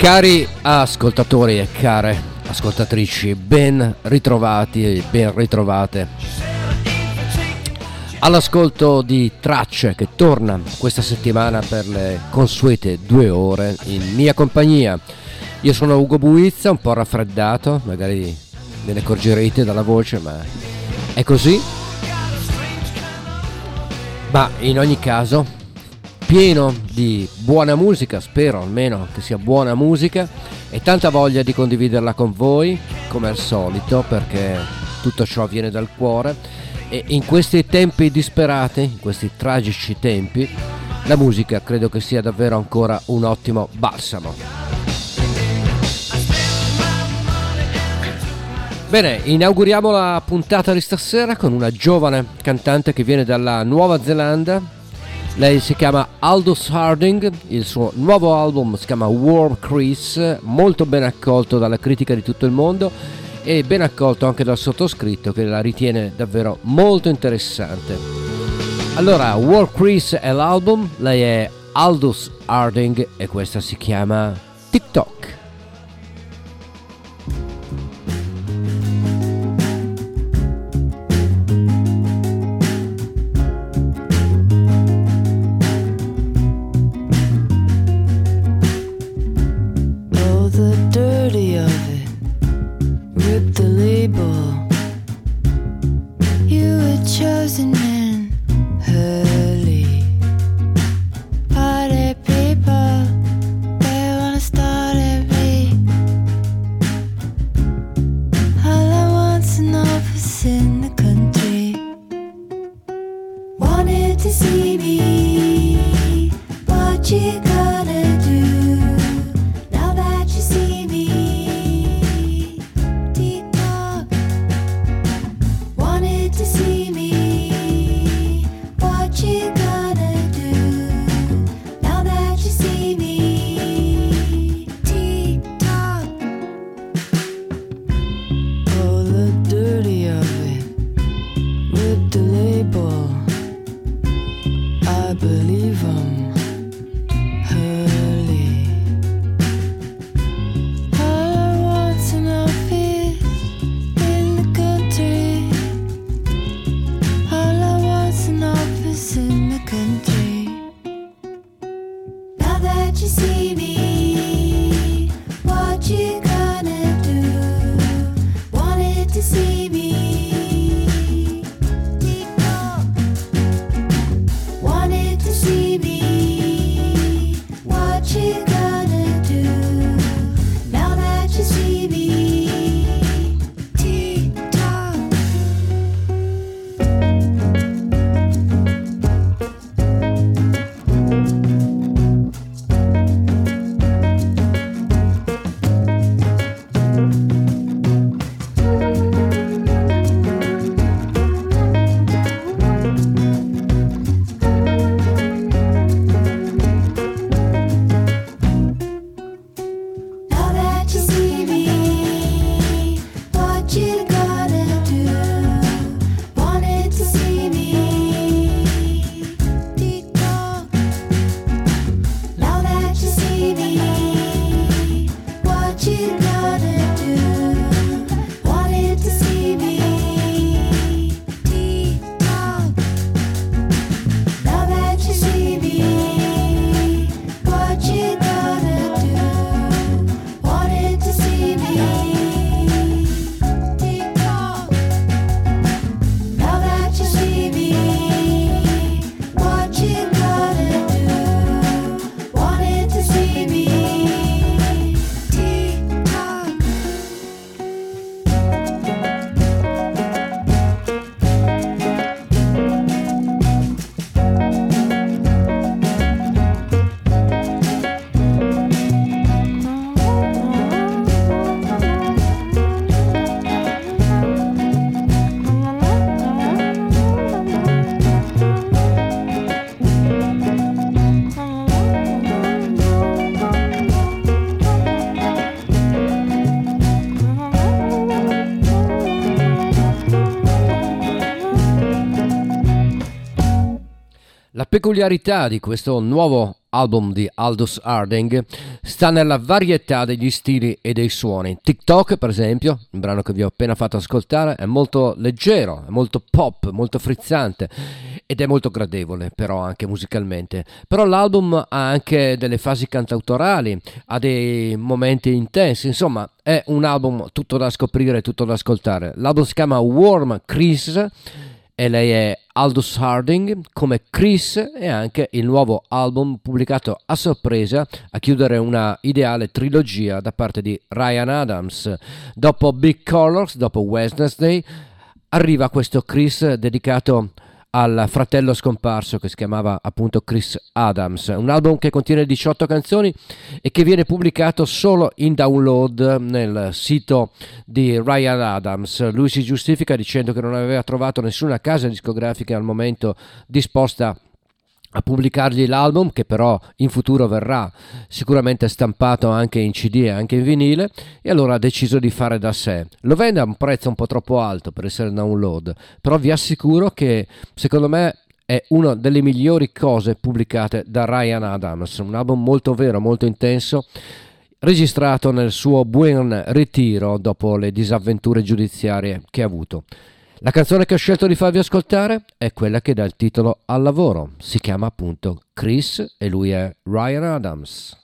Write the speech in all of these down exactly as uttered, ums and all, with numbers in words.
Cari ascoltatori e care ascoltatrici, ben ritrovati e ben ritrovate all'ascolto di Tracce, che torna questa settimana per le consuete due ore in mia compagnia. Io sono Ugo Buizza, un po' raffreddato, magari ve ne accorgerete dalla voce, ma è così. Ma in ogni caso pieno di buona musica, spero almeno che sia buona musica, e tanta voglia di condividerla con voi, come al solito, perché tutto ciò viene dal cuore. E in questi tempi disperati, in questi tragici tempi, la musica credo che sia davvero ancora un ottimo balsamo. Bene, inauguriamo la puntata di stasera con una giovane cantante che viene dalla Nuova Zelanda. Lei si chiama Aldous Harding, il suo nuovo album si chiama War Crease, molto ben accolto dalla critica di tutto il mondo e ben accolto anche dal sottoscritto, che la ritiene davvero molto interessante. Allora, War Crease è l'album, lei è Aldous Harding e questa si chiama TikTok. peculiarità di questo nuovo album di Aldous Harding sta nella varietà degli stili e dei suoni. TikTok, per esempio, il brano che vi ho appena fatto ascoltare, è molto leggero, è molto pop, molto frizzante ed è molto gradevole però anche musicalmente. Però l'album ha anche delle fasi cantautorali, ha dei momenti intensi, insomma è un album tutto da scoprire, tutto da ascoltare. L'album si chiama Warm Chris e lei è Aldous Harding. Come Chris è anche il nuovo album pubblicato a sorpresa a chiudere una ideale trilogia da parte di Ryan Adams. Dopo Big Colors, dopo Wednesday, arriva questo Chris dedicato al fratello scomparso che si chiamava appunto Chris Adams. Un album che contiene diciotto canzoni e che viene pubblicato solo in download nel sito di Ryan Adams. Lui si giustifica dicendo che non aveva trovato nessuna casa discografica al momento disposta a pubblicargli l'album, che però in futuro verrà sicuramente stampato anche in C D e anche in vinile, e allora ha deciso di fare da sé. Lo vende a un prezzo un po' troppo alto per essere download, però vi assicuro che secondo me è una delle migliori cose pubblicate da Ryan Adams. Un album molto vero, molto intenso, registrato nel suo buon ritiro dopo le disavventure giudiziarie che ha avuto. La canzone che ho scelto di farvi ascoltare è quella che dà il titolo al lavoro, si chiama appunto Chris e lui è Ryan Adams.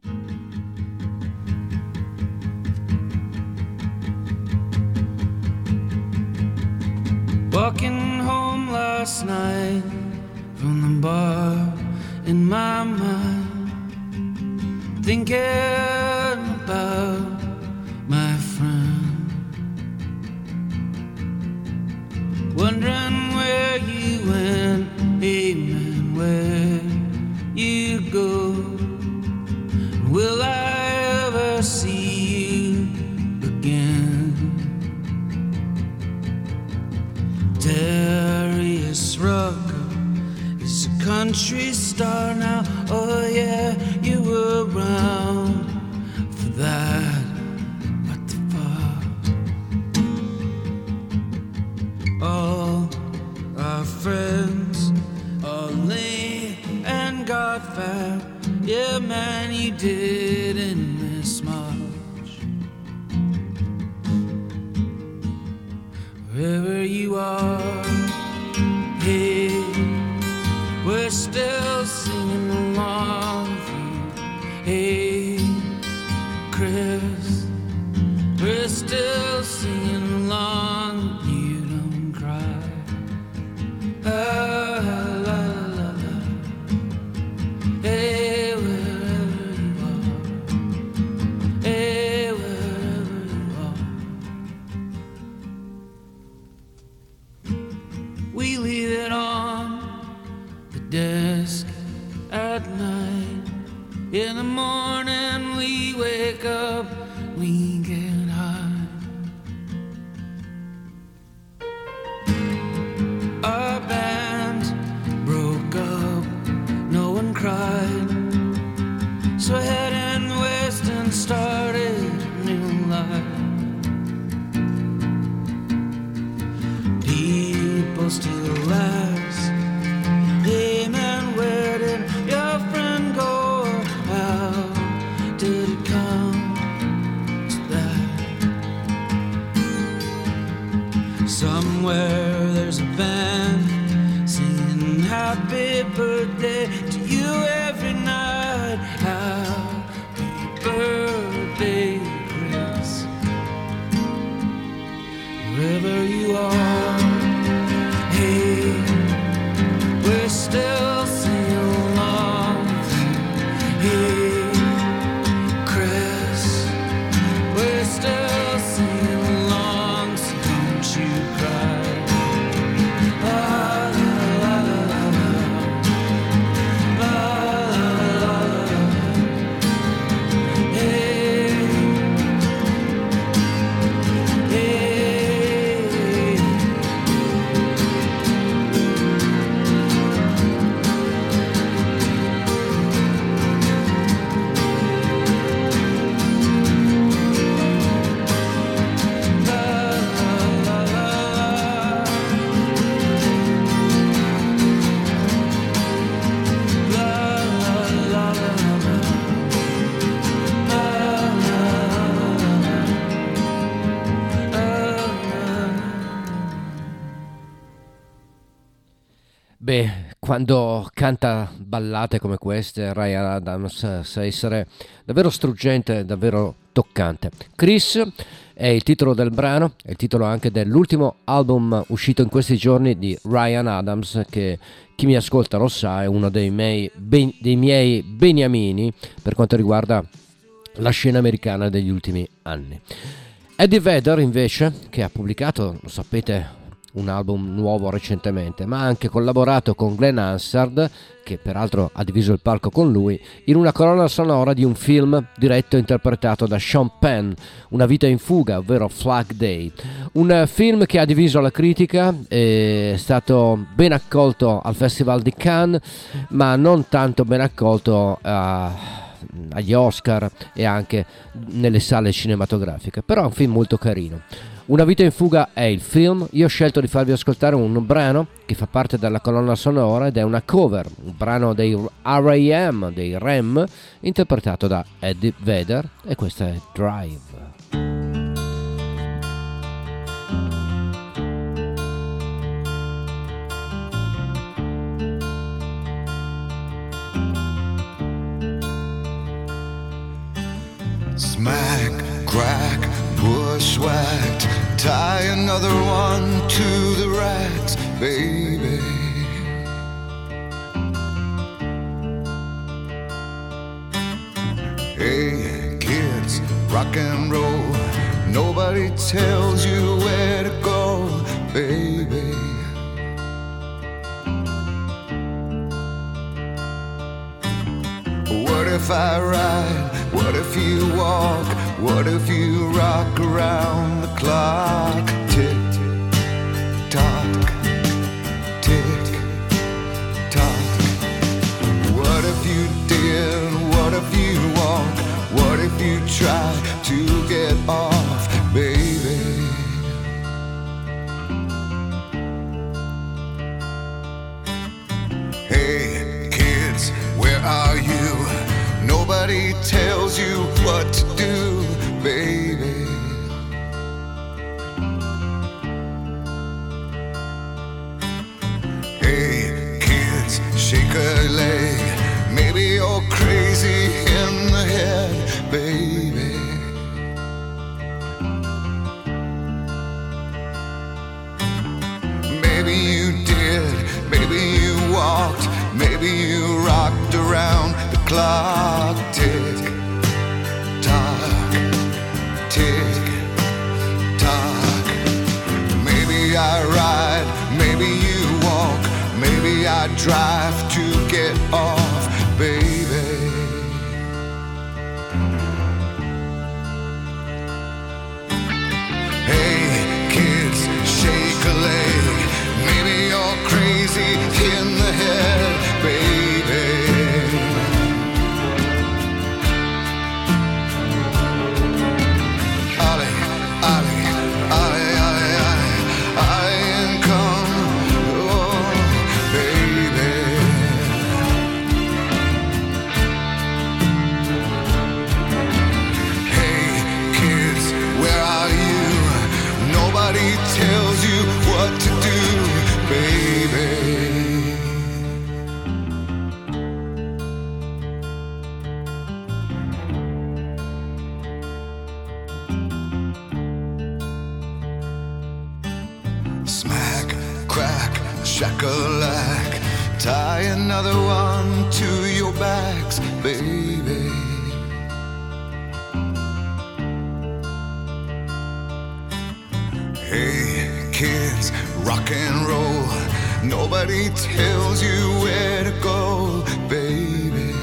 Walking home last night from the bar in my mind, thinking about my friend. Wondering where you went, hey man, where you go. Will I ever see you again? Darius Rucker is a country star now. Oh yeah, you were around for that. All our friends are lame and got fat. Yeah, man, you didn't miss much. Wherever you are, hey, we're still singing along with you. Hey, Chris, we're still singing along with you. La, la, la, la. Hey, wherever you are. Hey, wherever you are. We leave it on the desk at night. In the morning we wake up, we get high. Our band broke up, no one cried, so I headed west and started a new life. People still ask, hey man, where did your friend go? How did it come to that? Somewhere there's a band singing happy birthday to you every night. Happy birthday Beh, quando canta ballate come queste, Ryan Adams sa essere davvero struggente, davvero toccante. Chris è il titolo del brano, è il titolo anche dell'ultimo album uscito in questi giorni di Ryan Adams, che chi mi ascolta lo sa, è uno dei miei, ben, dei miei beniamini per quanto riguarda la scena americana degli ultimi anni. Eddie Vedder invece, che ha pubblicato, lo sapete, un album nuovo recentemente, ma ha anche collaborato con Glenn Hansard, che peraltro ha diviso il palco con lui, in una colonna sonora di un film diretto e interpretato da Sean Penn, Una vita in fuga, ovvero Flag Day. Un film che ha diviso la critica, è stato ben accolto al Festival di Cannes, ma non tanto ben accolto a... agli Oscar e anche nelle sale cinematografiche, però è un film molto carino. Una vita in fuga è il film. Io ho scelto di farvi ascoltare un brano che fa parte della colonna sonora ed è una cover, un brano dei R E M, dei R E M, interpretato da Eddie Vedder, e questa è Drive. Smack, crack, bushwhacked, tie another one to the racks, baby. Hey, kids, rock and roll, nobody tells you where to go, baby. What if I ride? What if you walk? What if you rock around the clock? Tick tock, tick tock. What if you did? What if you walk? What if you try to get off, baby? Hey kids, where are you? Nobody tells you what to do, baby. Hey, kids, shake a leg. Maybe you're crazy in the head, baby. Maybe you did, maybe you walked, maybe you rocked around the clock. Tick tock, tick tock. Maybe I ride, maybe you walk, maybe I drive to get off, baby. Hey kids, shake a leg. Maybe you're crazy in the head, baby. Tells you what to do, baby. Smack, crack, shakalak, tie another one to your backs, baby. Hey kids, rock and roll, nobody tells you where to go, baby.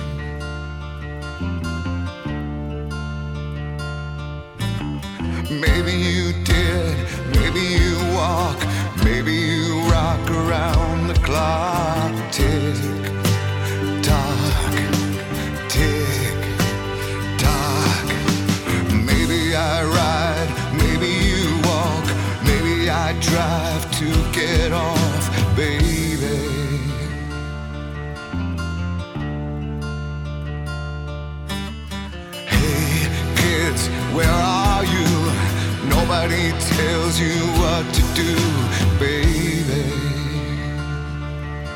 Maybe you did, maybe you walk, maybe you rock around the clock. Tick tock, tick tock. Maybe I ride, maybe you walk, maybe I drive to get off, baby. Hey kids, where are you? Nobody tells you what to do, baby.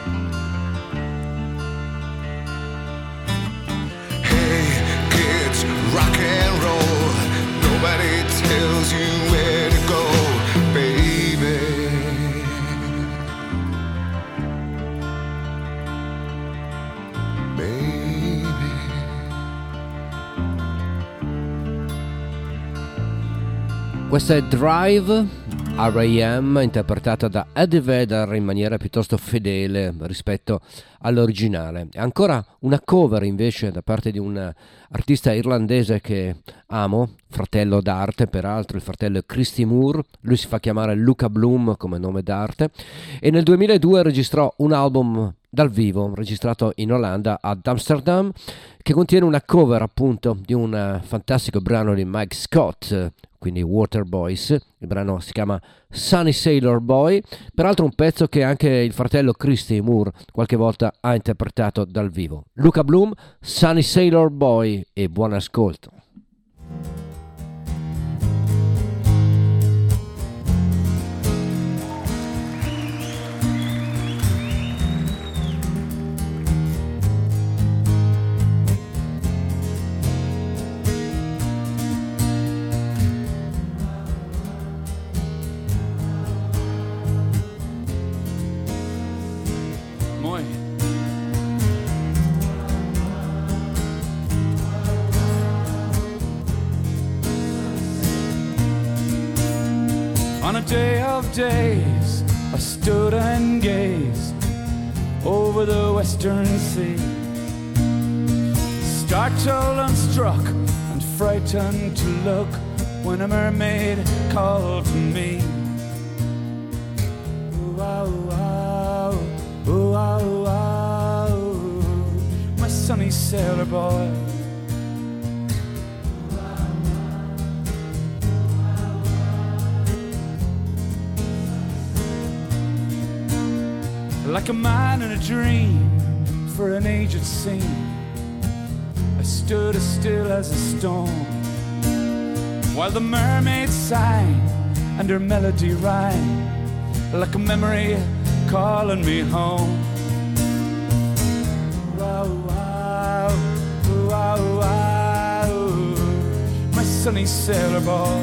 Questa è Drive, R A M, interpretata da Eddie Vedder in maniera piuttosto fedele rispetto all'originale. Ancora una cover invece da parte di un artista irlandese che amo, fratello d'arte peraltro, il fratello è Christy Moore, lui si fa chiamare Luca Bloom come nome d'arte e nel duemiladue registrò un album dal vivo registrato in Olanda ad Amsterdam che contiene una cover appunto di un fantastico brano di Mike Scott, quindi Waterboys. Il brano si chiama Sunny Sailor Boy, peraltro un pezzo che anche il fratello Christy Moore qualche volta ha interpretato dal vivo. Luca Bloom, Sunny Sailor Boy, e buon ascolto. On a day of days, I stood and gazed over the western sea, startled and struck and frightened to look when a mermaid called to me. Ooh, ah, ooh, ah, ooh, ah, ooh, ah, ooh, my sunny sailor boy. Like a man in a dream for an age it seemed, I stood as still as a stone while the mermaid sang and her melody rang like a memory calling me home. Wow, wow, wow, wow, my sunny sailor boy.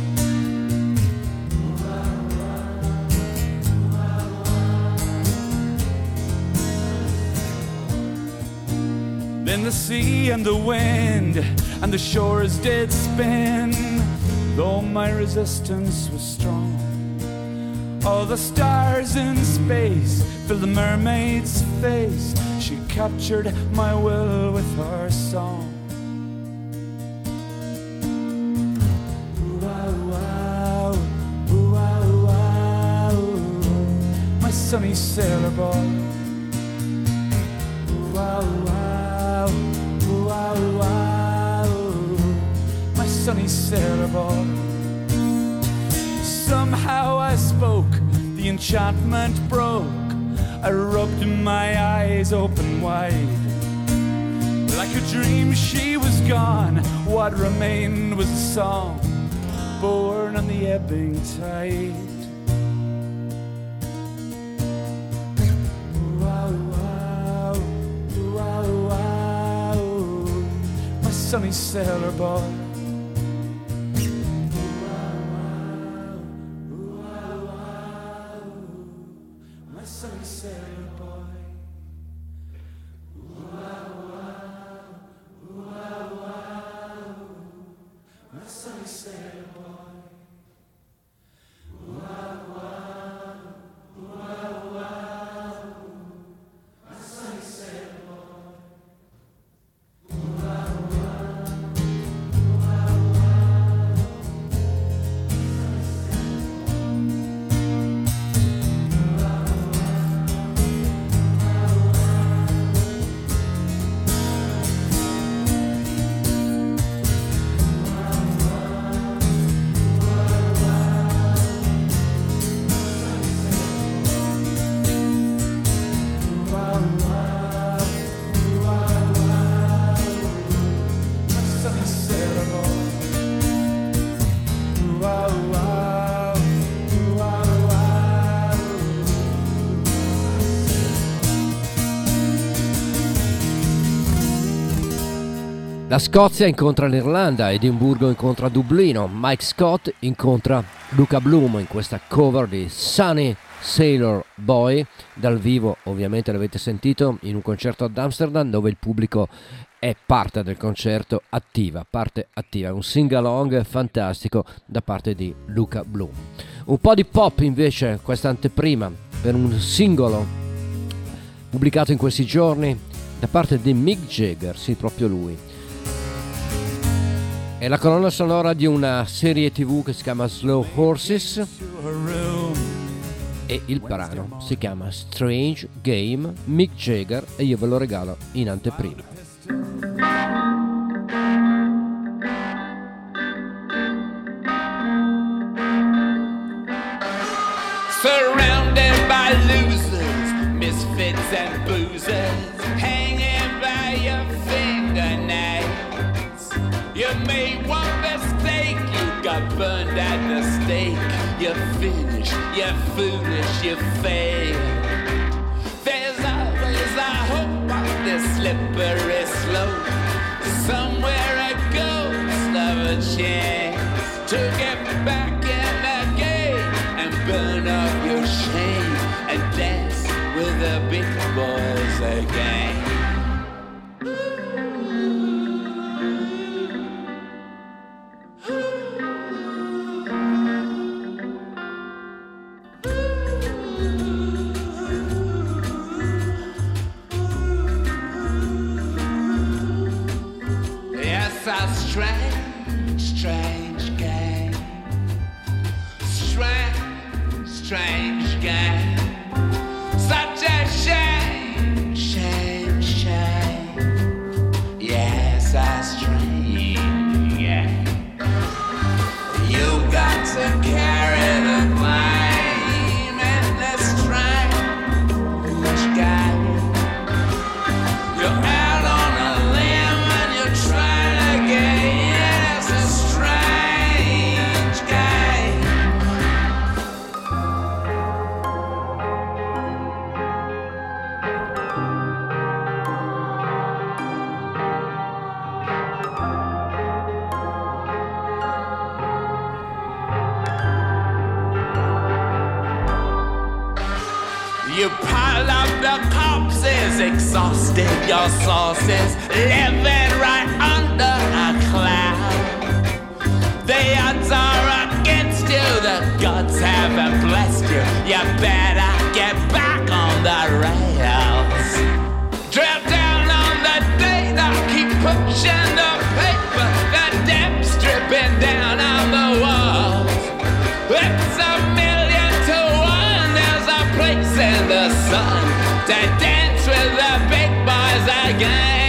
Then the sea and the wind and the shores did spin, though my resistance was strong. All the stars in space filled the mermaid's face. She captured my will with her song. Ooh, wow, wow, ooh, wow, wow, my sunny sailor boy. Ooh, wow, wow. Wow, wow, my sunny sailor boy. Somehow I spoke, the enchantment broke. I rubbed my eyes open wide. Like a dream she was gone, what remained was a song born on the ebbing tide. Sunny sailor boy. Ooh, wow, ooh, wow, my sunny sailor boy. Ooh, wow, ooh, wow, my sunny sailor boy. Ooh, wow, ooh, wow, my sunny sailor boy. La Scozia incontra l'Irlanda, Edimburgo incontra Dublino, Mike Scott incontra Luca Bloom in questa cover di Sunny Sailor Boy, dal vivo ovviamente l'avete sentito in un concerto ad Amsterdam dove il pubblico è parte del concerto attiva, parte attiva, un sing-along fantastico da parte di Luca Bloom. Un po' di pop invece, questa anteprima per un singolo pubblicato in questi giorni da parte di Mick Jagger, sì, proprio lui. È la colonna sonora di una serie tv che si chiama Slow Horses e il brano si chiama Strange Game, Mick Jagger, e io ve lo regalo in anteprima. Surrounded by losers, misfits and boozers, hanging by your fingernails. You made one mistake, you got burned at the stake. You're finished, you're foolish, you failed. There's always a hope on this slippery slope. Somewhere a ghost of a chance to get back in the game and burn up your shame and dance with the big boys again. Yes, a strange, strange game. Strange, strange game. Such a shame, shame, shame. Yes, a strange game. You got to carry the blame in this strange game. You're out on a limb and you're trying to get in. It's a strange game. You pile up the corpses, exhausted your sources, living right under a cloud. The odds are against you, the gods haven't blessed you. You better get back on the rails. Drill down on the data, keep pushing the paper, the depths dripping down on the walls. It's a million to one, there's a place in the sun to dance with the big boys again.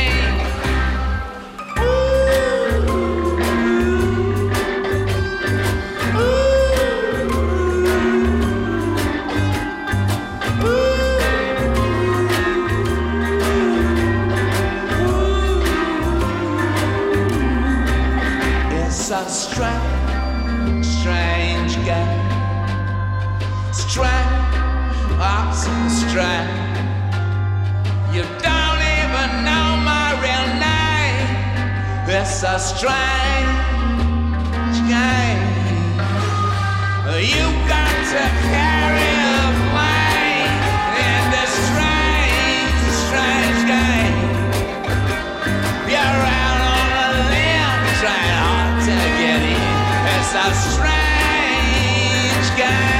It's a strange, strange game. Strange, oh, so strange. You don't even know my real name. It's a strange game. You got to carry a blame in this strange, strange game. You're out on a limb, trying hard to get in. It's a strange game.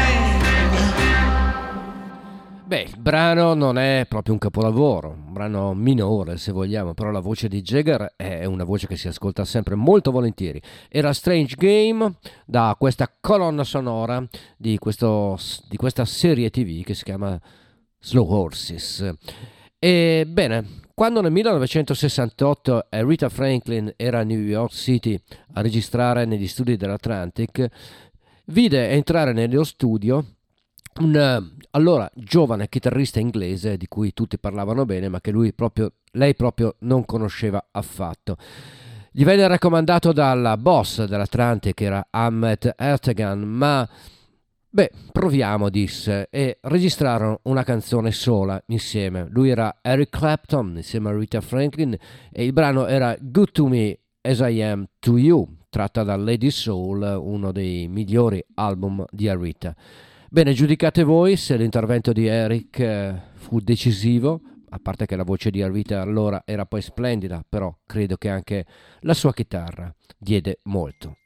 Beh, il brano non è proprio un capolavoro, un brano minore se vogliamo, però la voce di Jagger è una voce che si ascolta sempre molto volentieri. Era Strange Game da questa colonna sonora di, questo, di questa serie tv che si chiama Slow Horses. E bene, quando nel millenovecentosessantotto Aretha Franklin era a New York City a registrare negli studi dell'Atlantic, vide entrare nello studio un allora giovane chitarrista inglese di cui tutti parlavano bene, ma che lui proprio, lei proprio non conosceva affatto. Gli venne raccomandato dal boss dell'Atlantic, che era Ahmet Ertegun, ma beh, proviamo, disse, e registrarono una canzone sola insieme. Lui era Eric Clapton insieme a Rita Franklin e il brano era Good to Me As I Am to You, tratta da Lady Soul, uno dei migliori album di Aretha. Bene, giudicate voi se l'intervento di Eric eh, fu decisivo, a parte che la voce di Aretha allora era poi splendida, però credo che anche la sua chitarra diede molto.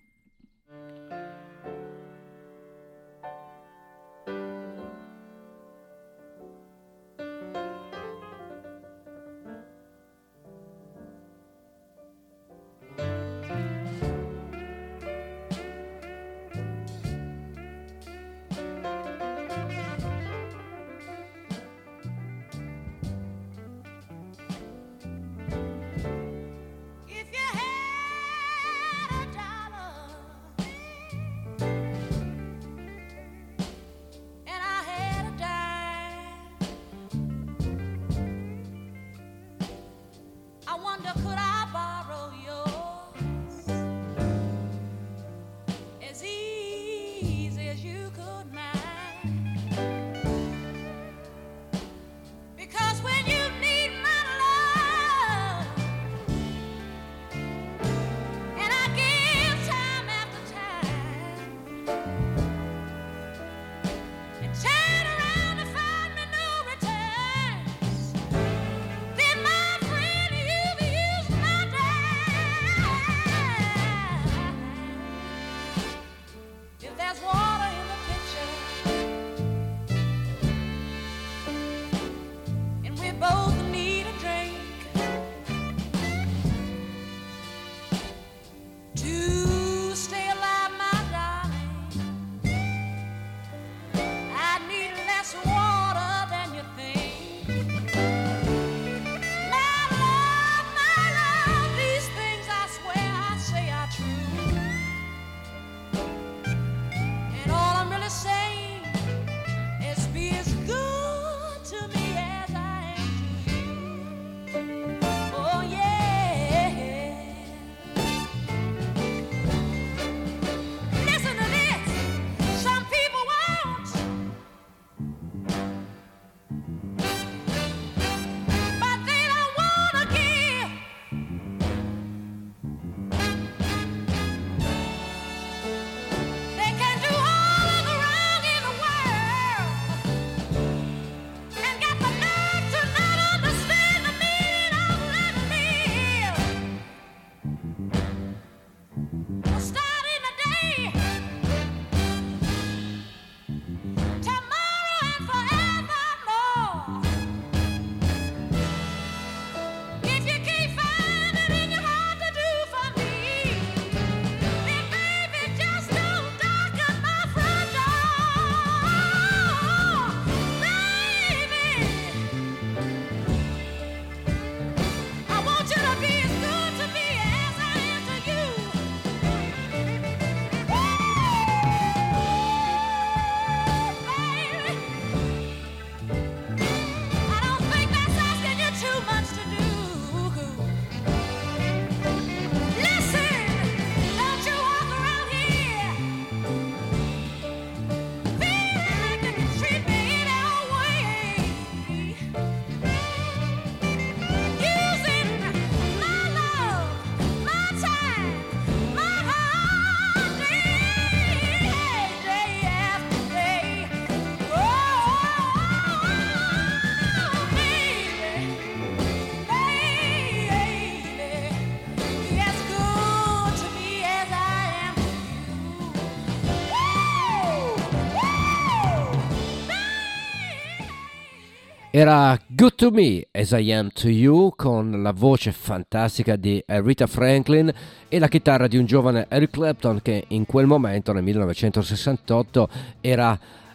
Era Good to Me As I Am to You, con la voce fantastica di Aretha Franklin e la chitarra di un giovane Eric Clapton che in quel momento, nel millenovecentosessantotto, era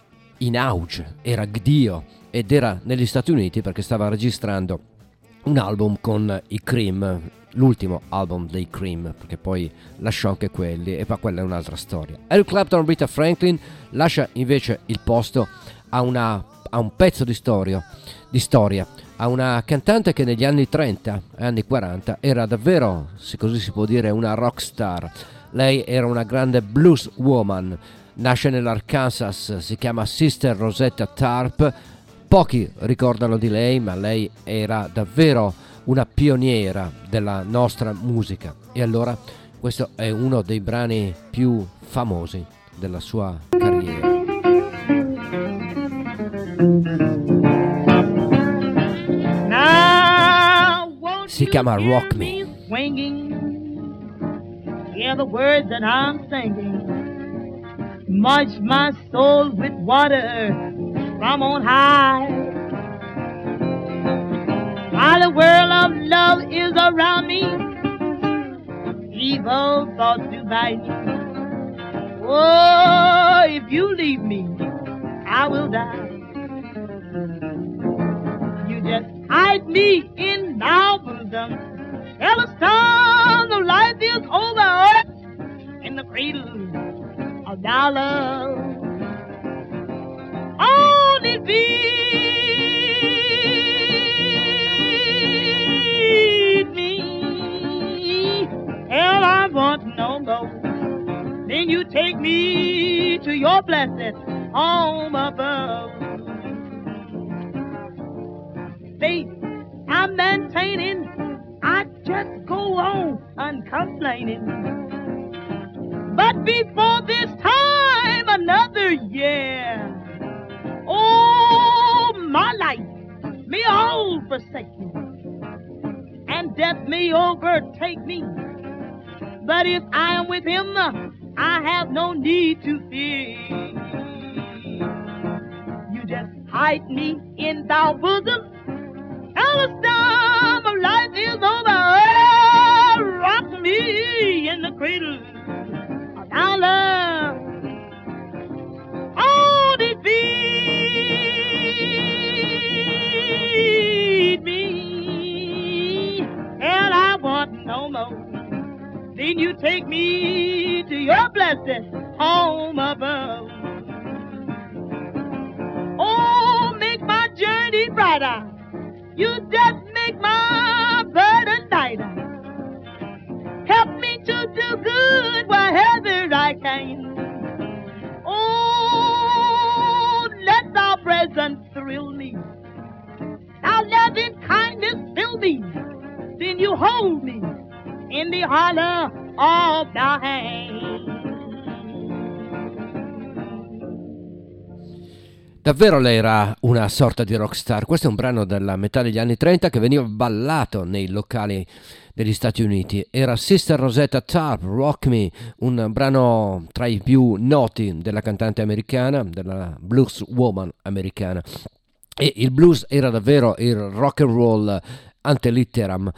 in auge, era Dio, ed era negli Stati Uniti perché stava registrando un album con i Cream, l'ultimo album dei Cream, perché poi lasciò anche quelli, e poi quella è un'altra storia. Eric Clapton, Aretha Franklin lascia invece il posto a una a un pezzo di storia, di storia, a una cantante che negli anni trenta e anni quaranta era davvero, se così si può dire, una rock star. Lei era una grande blues woman, nasce nell'Arkansas, si chiama Sister Rosetta Tharpe. Pochi ricordano di lei, ma lei era davvero una pioniera della nostra musica, e allora questo è uno dei brani più famosi della sua carriera. si chiama Rock Me. Swinging, hear the words that I'm singing. Much my soul with water from on high. While the world of love is around me, evil thoughts do bite me. Oh, if you leave me, I will die. You just hide me in my bosom. Tell the storm of life is over in the cradle of thy love. Only feed me, hell I want no more. Then you take me to your blessed home above. Faith I'm maintaining, I just go on uncomplaining. But before this time, another year, oh, my life may all forsake me, and death may overtake me. But if I am with him, I have no need to fear. You just hide me in thy bosom, and the storm of life is over. Rock me in the cradle of thy love. Oh, defeat me, and I want no more. Then you take me to your blessed home above. Oh, make my journey brighter. You just make my burden lighter. Help me to do good wherever I can. Oh, let thy presence thrill me. Thy loving kindness fill me. Then you hold me in the hollow of thy hand. Davvero lei era una sorta di rockstar. Questo è un brano della metà degli anni trenta che veniva ballato nei locali degli Stati Uniti. Era Sister Rosetta Tharpe, Rock Me, un brano tra i più noti della cantante americana, della blues woman americana. E il blues era davvero il rock and roll ante litteram.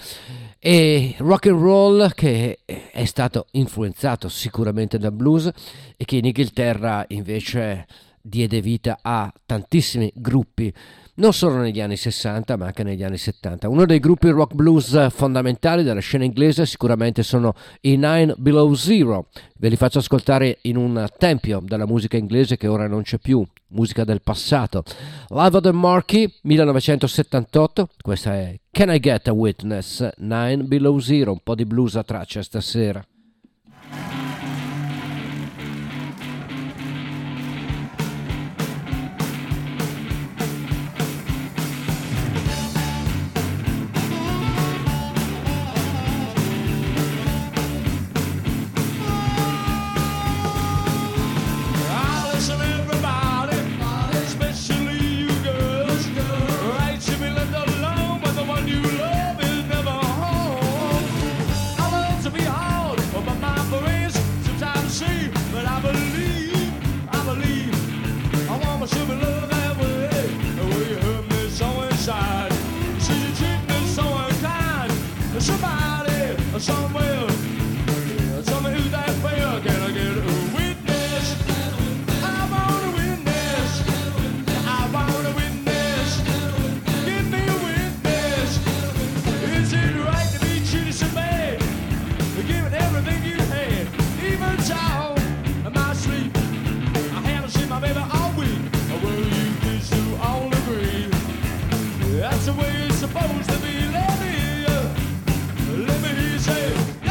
E rock and roll che è stato influenzato sicuramente dal blues e che in Inghilterra invece diede vita a tantissimi gruppi, non solo negli anni sessanta ma anche negli anni settanta. Uno dei gruppi rock blues fondamentali della scena inglese sicuramente sono i Nine Below Zero. Ve li faccio ascoltare in un tempio della musica inglese che ora non c'è più, musica del passato. Live at the Marquee millenovecentosettantotto, questa è Can I Get a Witness, Nine Below Zero, un po' di blues a traccia stasera. That's the way it's supposed to be. Let me, let me hear you say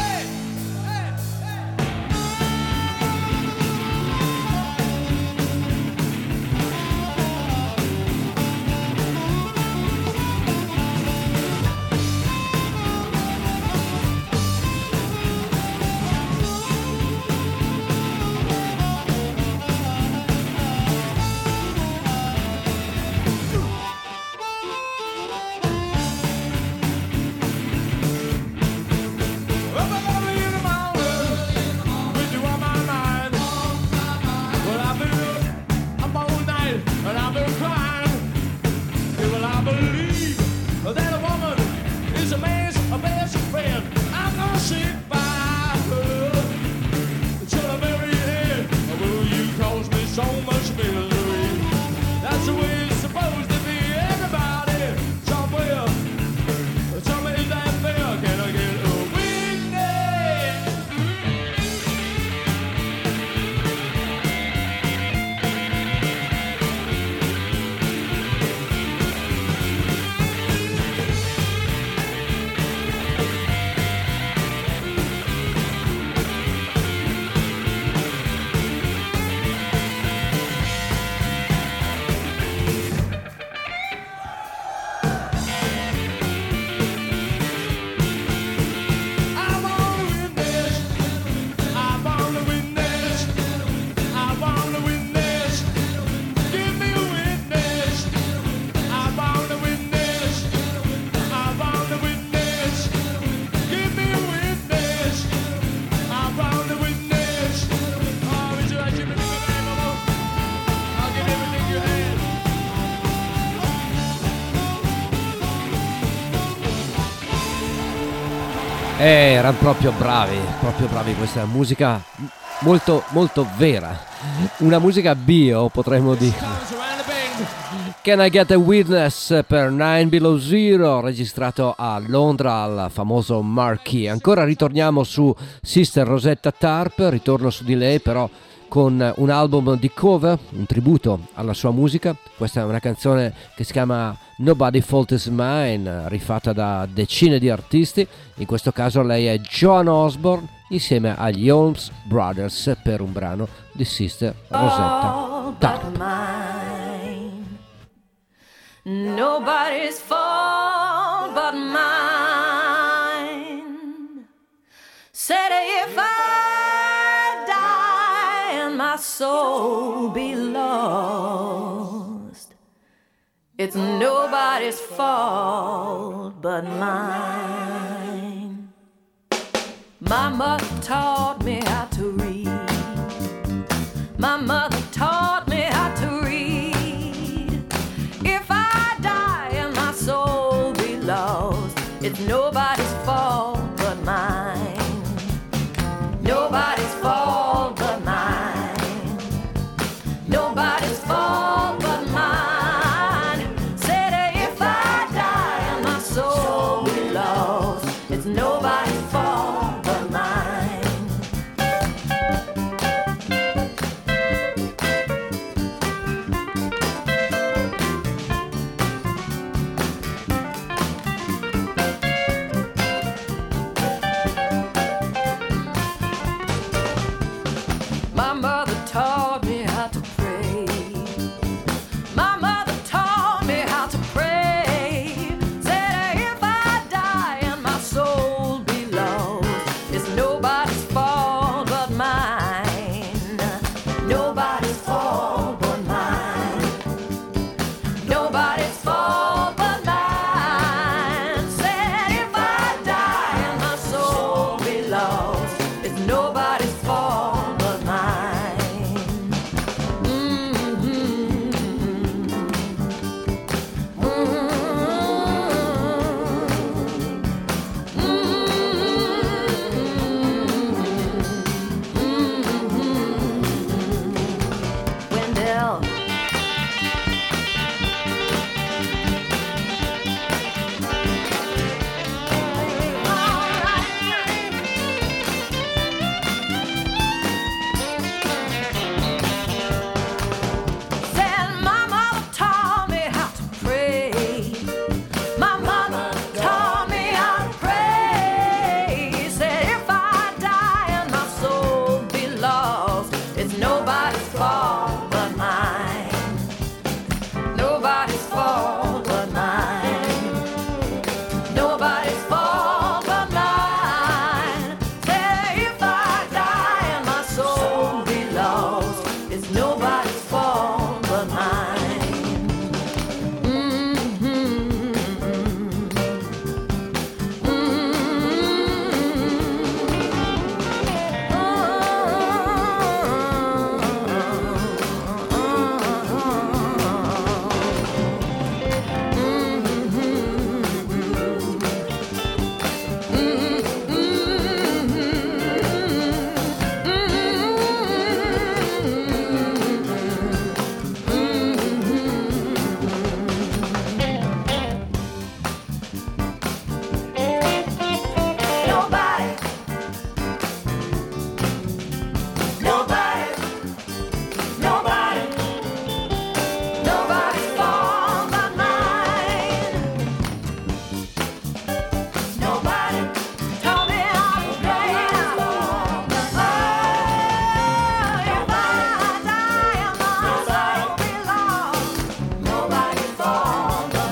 Eh, erano proprio bravi, proprio bravi, questa musica molto molto vera, una musica bio potremmo dire. Can I Get a Witness per Nine Below Zero, registrato a Londra al famoso Marquee. Ancora ritorniamo su Sister Rosetta Tharpe, ritorno su di lei però con un album di cover, un tributo alla sua musica. Questa è una canzone che si chiama Nobody Fault Is Mine, rifatta da decine di artisti. In questo caso lei è Joan Osborne insieme agli Holmes Brothers per un brano di Sister Rosetta Tharpe. Nobody's fault but mine. Said if I die and my soul be lost, it's nobody's fault but mine. My mother taught me how to read. My mother taught me how to read. If I die and my soul be lost, it's nobody's fault but mine. Nobody's fault but mine. Nobody's fault but mine. Said if I die and my soul be lost, it's nobody's fault but mine. My mother taught me how to pray. My mother taught me how to pray. Said if I die and my soul be lost, it's nobody's fault but mine. Nobody's fault but mine. Nobody's fault but mine. Said if I die and my soul be lost, it's nobody's fault but mine. Wendell. Said my mother taught me how to pray. My mother taught me how to pray. Said if I die and my soul be lost, it's nobody's fault but mine. Nobody's fault but mine. Nobody's fault but mine. Said if I die and my soul be lost, it's nobody's fault but mine. Mm-hmm. Nobody, nobody, nobody, nobody's fault but mine. Nobody told me how to play. Oh, if I die and my soul be lost, nobody's fault but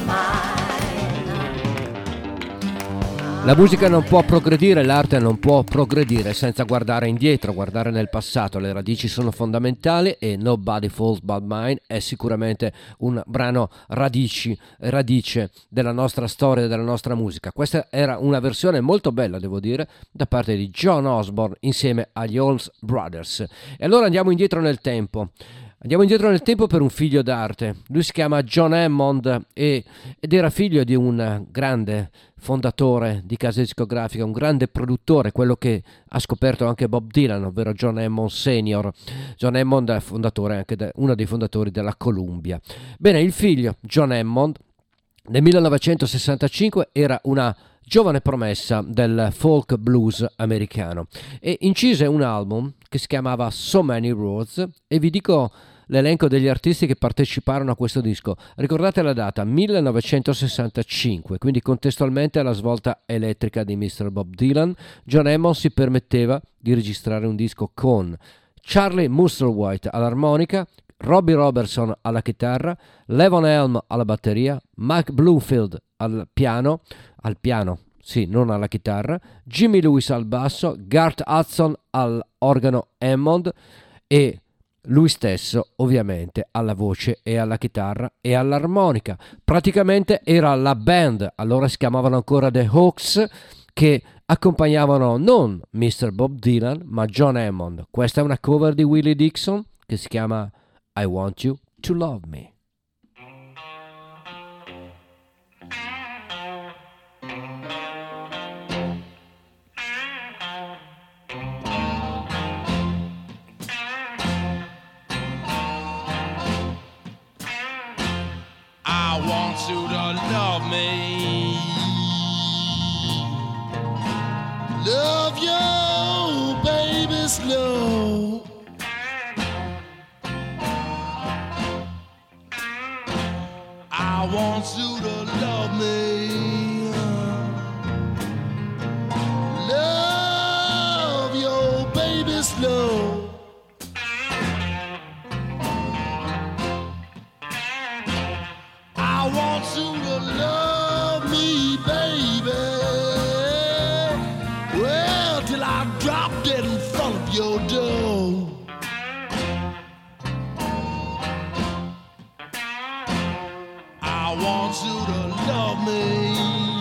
mine. La musica non può progredire, l'arte non può progredire senza guardare indietro, guardare nel passato. Le radici sono fondamentali e Nobody Falls But Mine è sicuramente un brano radici, radice della nostra storia e della nostra musica. Questa era una versione molto bella, devo dire, da parte di Joan Osborne insieme agli Holmes Brothers. E allora andiamo indietro nel tempo. Andiamo indietro nel tempo per un figlio d'arte. Lui si chiama John Hammond e, ed era figlio di un grande fondatore di casa discografica, un grande produttore, quello che ha scoperto anche Bob Dylan, ovvero John Hammond senior. John Hammond è fondatore anche de, uno dei fondatori della Columbia. Bene, il figlio John Hammond nel millenovecentosessantacinque era una giovane promessa del folk blues americano e incise un album che si chiamava So Many Roads, e vi dico l'elenco degli artisti che parteciparono a questo disco. Ricordate la data, millenovecentosessantacinque, quindi contestualmente alla svolta elettrica di mister Bob Dylan. John Hammond si permetteva di registrare un disco con Charlie Musselwhite all'armonica, Robbie Robertson alla chitarra, Levon Helm alla batteria, Mike Bloomfield al piano, al piano, sì, non alla chitarra, Jimmy Lewis al basso, Garth Hudson all'organo Hammond e lui stesso ovviamente alla voce e alla chitarra e all'armonica. Praticamente era la band, allora si chiamavano ancora The Hawks, che accompagnavano non mister Bob Dylan ma John Hammond. Questa è una cover di Willie Dixon che si chiama I Want You to Love Me. I want you to love me. Love you, baby, slow. I want you to love me. Love your baby slow. I want you to love me, baby. Well, till I drop dead in front of your door. I want you to love me.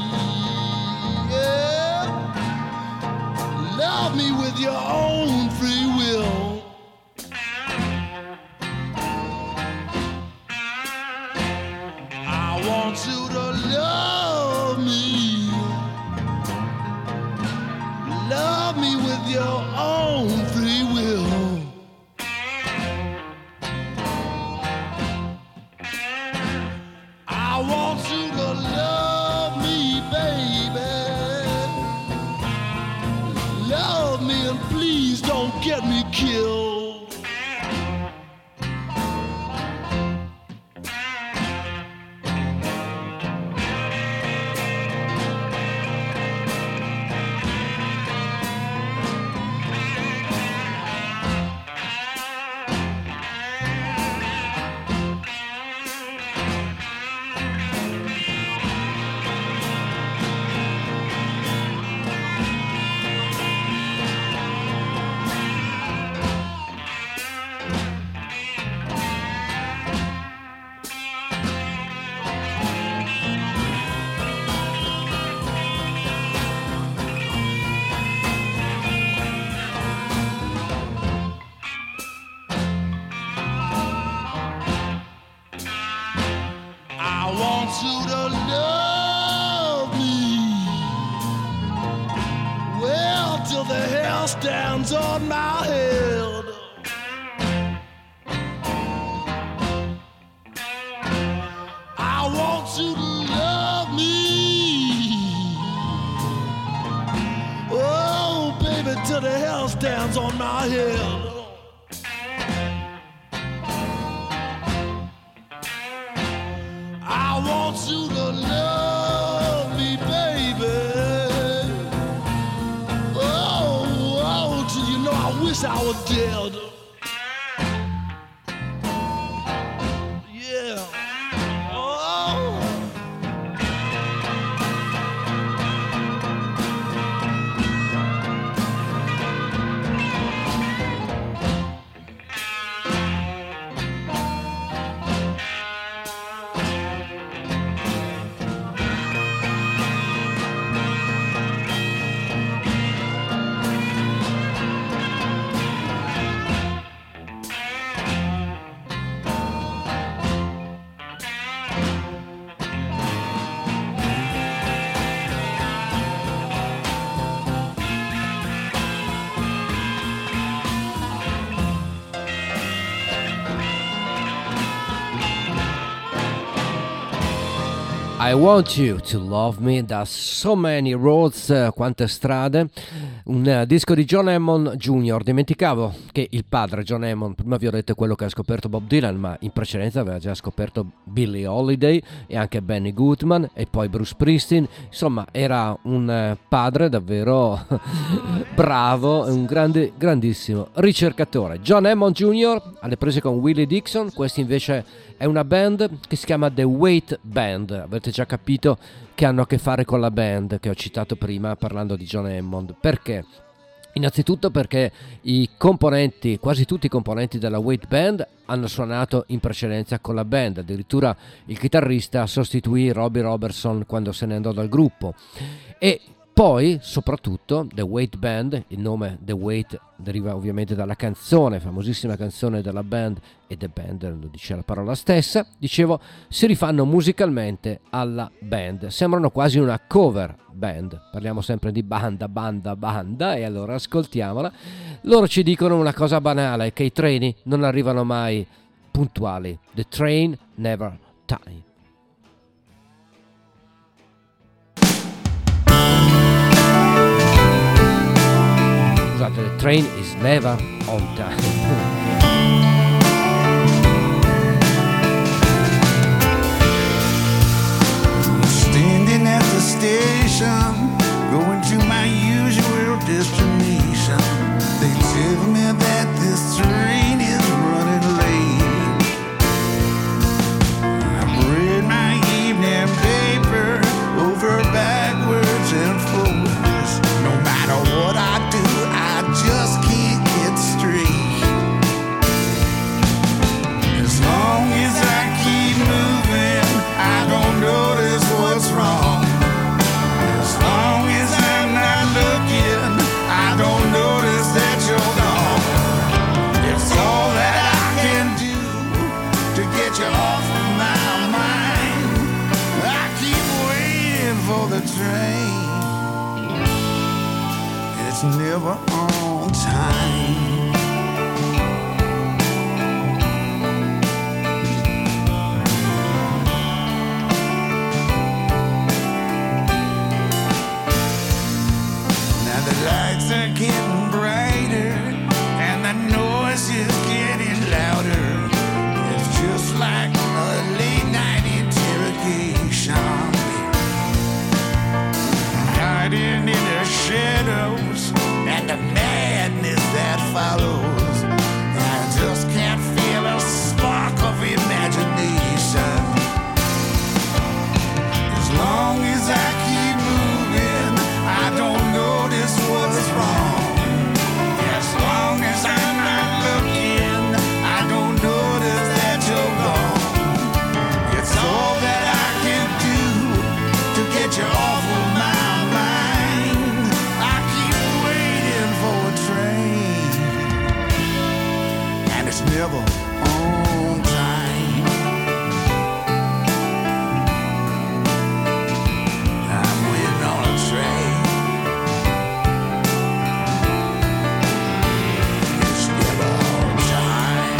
Yeah. Love me with your own free will. I want you to love me. Love me with your own free will. I want you to love me, baby. Love me and please don't get me killed. You to love me. Well, till the hair stands on my head. I want you to love me. Oh, baby, till the hair stands on my head. I want you to love me, baby. Oh, oh, till you know I wish I was dead. Yeah. Oh. I Want You to Love Me da So Many Roads, uh, quante strade, un uh, disco di John Hammond junior Dimenticavo che il padre John Hammond, prima vi ho detto quello che ha scoperto Bob Dylan, ma in precedenza aveva già scoperto Billie Holiday e anche Benny Goodman e poi Bruce Springsteen. Insomma, era un uh, padre davvero bravo e un grande, grandissimo ricercatore. John Hammond junior alle prese con Willie Dixon. Questi invece è una band che si chiama The Wait Band. Avete già capito che hanno a che fare con la band che ho citato prima parlando di John Hammond. Perché? Innanzitutto perché i componenti, quasi tutti i componenti della Wait Band hanno suonato in precedenza con la band. Addirittura il chitarrista sostituì Robbie Robertson quando se ne andò dal gruppo. E poi, soprattutto, The Wait Band, il nome The Wait deriva ovviamente dalla canzone, famosissima canzone della band, e The Band lo dice la parola stessa, dicevo, si rifanno musicalmente alla band, sembrano quasi una cover band, parliamo sempre di banda, banda, banda, e allora ascoltiamola. Loro ci dicono una cosa banale, che i treni non arrivano mai puntuali. The train never time. The train is never on time. Standing at the station, going to my usual destination. They tell me that this train is running late. I read my evening paper over backwards and forwards. No matter what I do, I just can't get straight. As long as I keep moving, I don't notice what's wrong. As long as I'm not looking, I don't notice that you're gone. It's all that I can do to get you off of my mind. I keep waiting for the train. It's never on time. Now the lights are getting brighter and the noise is getting louder. It's just like a late night interrogation. Hiding in the shadows and the madness that follows. I just can't feel a spark of imagination. As long as I keep moving, I don't notice what's wrong. As long as I'm not looking, I don't notice that you're gone. It's all that I can do to get you off of my mind. I keep waiting for a train, and it's never on time. I'm waiting on a train. It's never on time.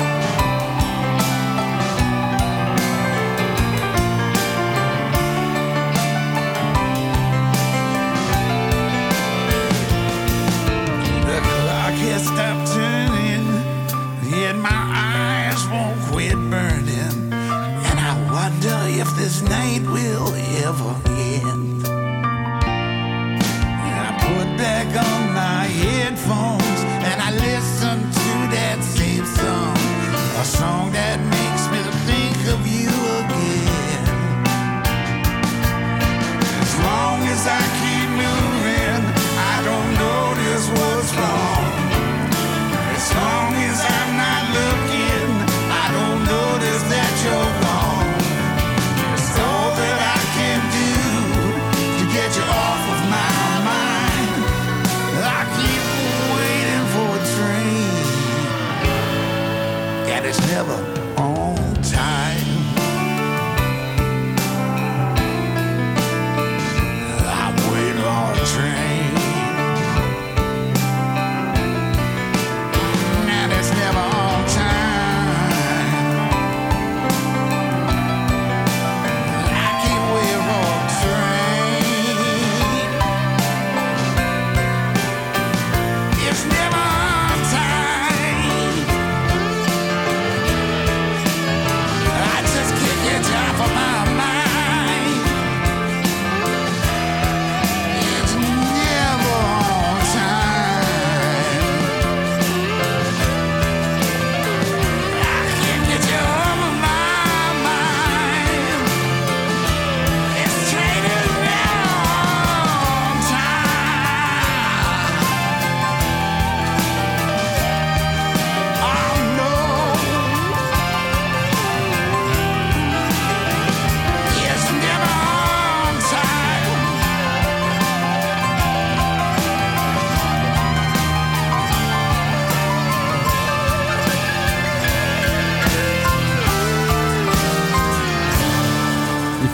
The clock has stopped turning, yet my eyes won't quit burning, and I wonder if this night will ever end. I put back on my headphones and I listen to that same song, a song that makes me think of you again. As long as I keep moving, I don't notice what's wrong. As long as I'm not looking, I don't notice that you're gone. It's all that I can do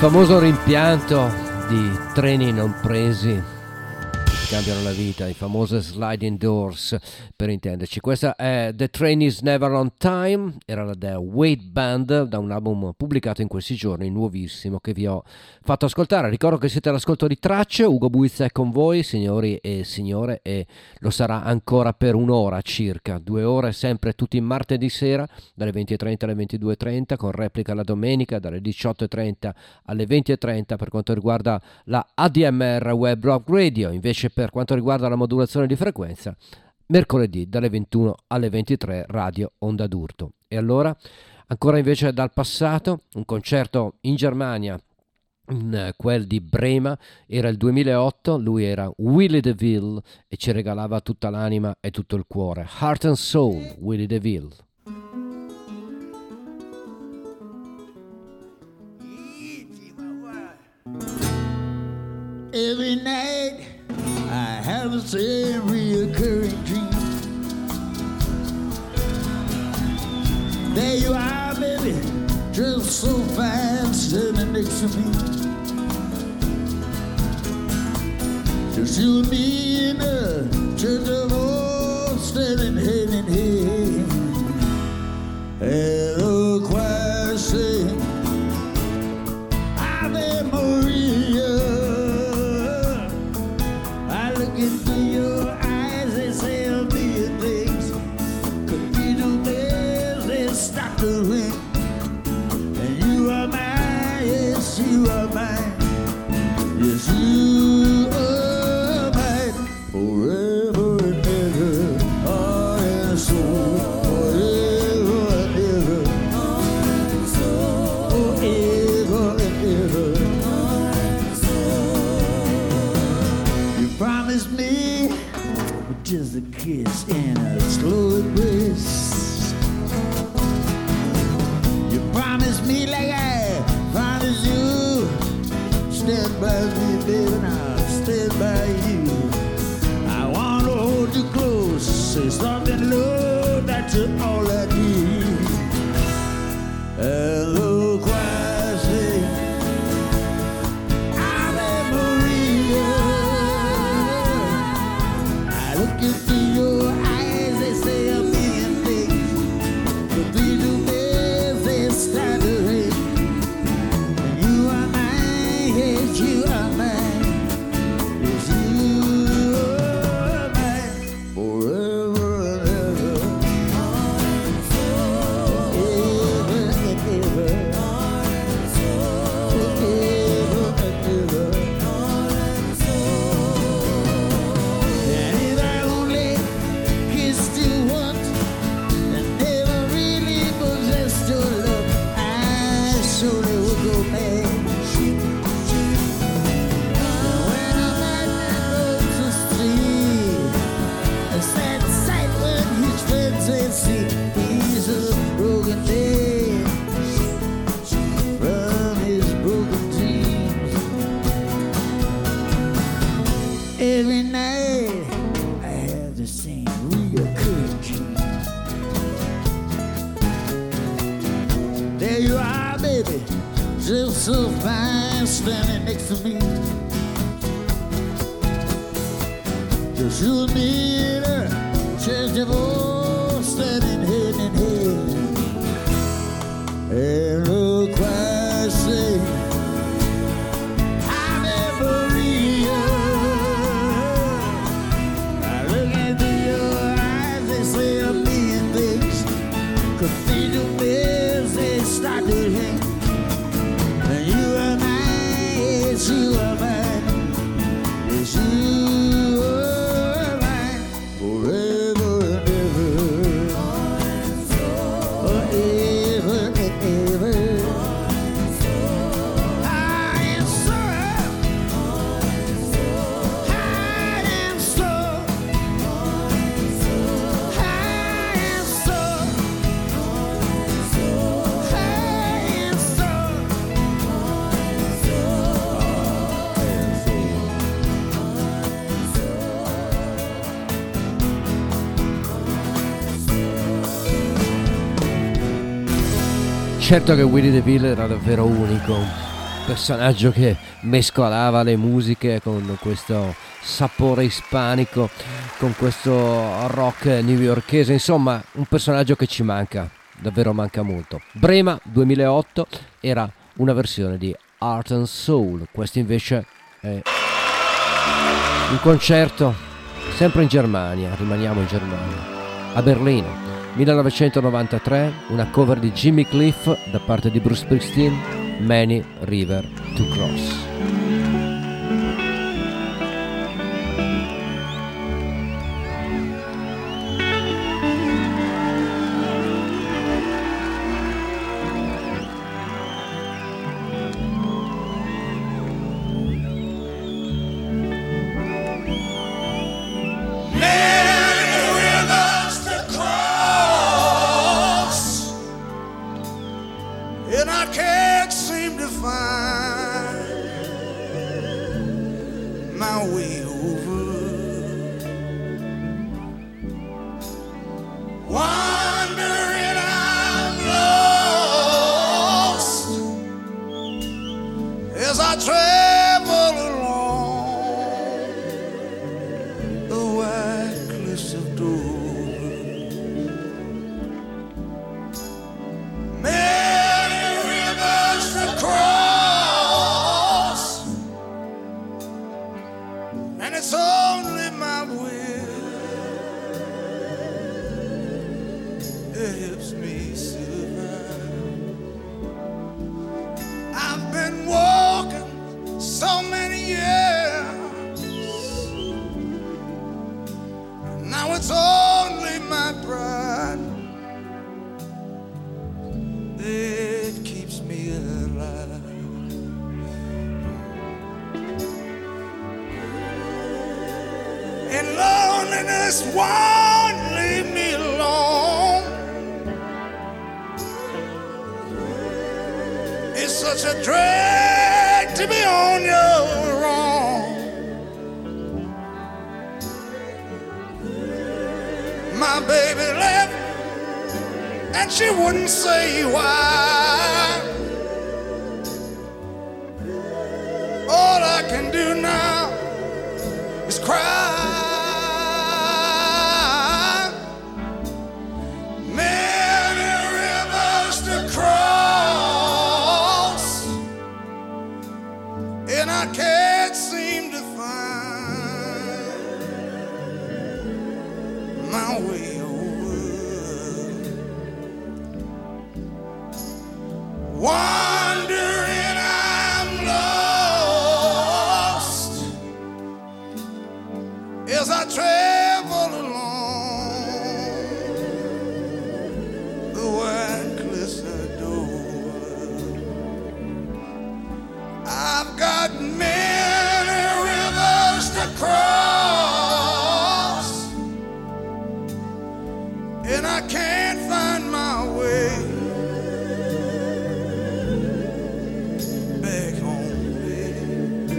famoso rimpianto di treni non presi che cambiano la vita, i famosi sliding doors per intenderci. Questa è The Train Is Never On Time, era la The Wait Band, da un album pubblicato in questi giorni, nuovissimo, che vi ho fatto ascoltare. Ricordo che siete all'ascolto di Tracce, Ugo Buizza è con voi, signori e signore, e lo sarà ancora per un'ora circa, due ore sempre tutti i martedì sera, dalle venti e trenta alle ventidue e trenta, con replica la domenica dalle diciotto e trenta alle venti e trenta per quanto riguarda la A D M R Web Rock Radio. Invece per quanto riguarda la modulazione di frequenza, mercoledì dalle ventuno alle ventitré, Radio Onda d'Urto. E allora, ancora invece dal passato, un concerto in Germania, in quel di Brema, era il duemilaotto, lui era Willie DeVille e ci regalava tutta l'anima e tutto il cuore. Heart and Soul, Willie DeVille. Every night I have the same reoccurring dream. There you are, baby, dressed so fine, standing next to me. Just you and me in a church of old, standing head in hand. And the choir sing, Ave Maria. I look into your eyes, they say a million things. Cathedral bells, they stop to ring. And you are mine, yes, you are mine. Yes, you are mine. Forever and ever, heart and soul. Forever and ever, heart and soul. Forever and ever, heart and soul. You promised me just a kiss and a slow embrace. You promised me like I promised you. Stand by me, baby, and I'll stand by you. I want to hold you close, say something low, that's all I need. And the choir sing, Ave Maria. I look into your eyes, they say a million things. The beat bells, they start to ring. And you are mine, yes, you are mine. Yes, you are mine. Forever and ever. Forever and ever. Forever and ever. And if I only kissed you once and never really possessed your love, I surely would go mad. When I'm at the road to see a sad sight when his friends they see he's a broken man from his broken dreams. Every night I have the same reoccurring dream. There you are, baby, just so fine, standing next to me. Just you and me in a church of old, standing head in hand. And the choir sing, Ave Maria. I look into your eyes, they say a million things. Cathedral bells, they start to ring. And you are mine, yes, you are mine. Yes, you are mine. Forever and ever. Forever and ever. I am so, I am so, I am so, I am so. Certo che Willie DeVille era davvero unico, personaggio che mescolava le musiche con questo sapore ispanico, con questo rock newyorkese, insomma un personaggio che ci manca, davvero manca molto. Brema duemilaotto era una versione di Art and Soul, questo invece è un concerto sempre in Germania, rimaniamo in Germania, a Berlino, millenovecentonovantatré, una cover di Jimmy Cliff da parte di Bruce Springsteen, Many River to Cross. And I can't seem to find my way over. Wandering, I'm lost as I travel along the white cliffs of Dover. Many rivers to cross, and it's only my will that helps me survive. I've been walking so many years, now it's only my pride that keeps me alive. And loneliness won't leave me alone. It's such a drag to be on your own. My baby left and she wouldn't say why. All I can do now is cry. Many rivers to cross, and I can't seem to find my way over. Wandering, I'm lost as I travel along the white cliffs of Dover. I've got many rivers to cross, and I can't find my way back home, baby.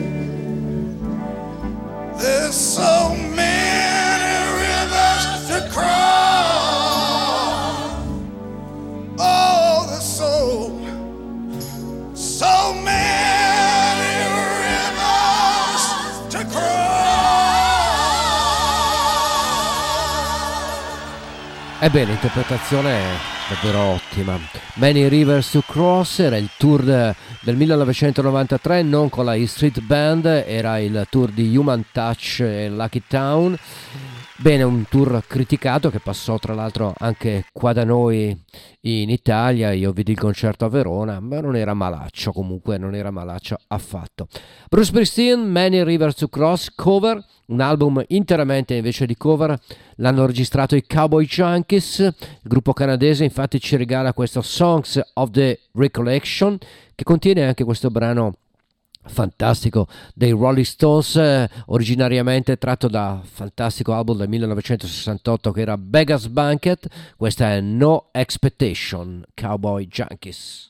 There's so many rivers to cross. Oh, there's so, so many rivers to cross. Ebbene, l'interpretazione è davvero ottima. Many Rivers to Cross era il tour de- del millenovecentonovantatré, non con la E Street Band, era il tour di Human Touch e Lucky Town. Bene, un tour criticato che passò tra l'altro anche qua da noi in Italia. Io vidi il concerto a Verona, ma non era malaccio, comunque non era malaccio affatto. Bruce Springsteen, Many Rivers to Cross, cover, un album interamente invece di cover, l'hanno registrato i Cowboy Junkies, il gruppo canadese infatti ci regala questo Songs of the Recollection, che contiene anche questo brano fantastico dei Rolling Stones, eh, originariamente tratto da fantastico album del millenovecentosessantotto che era Beggar's Banquet. Questa è No Expectation, Cowboy Junkies.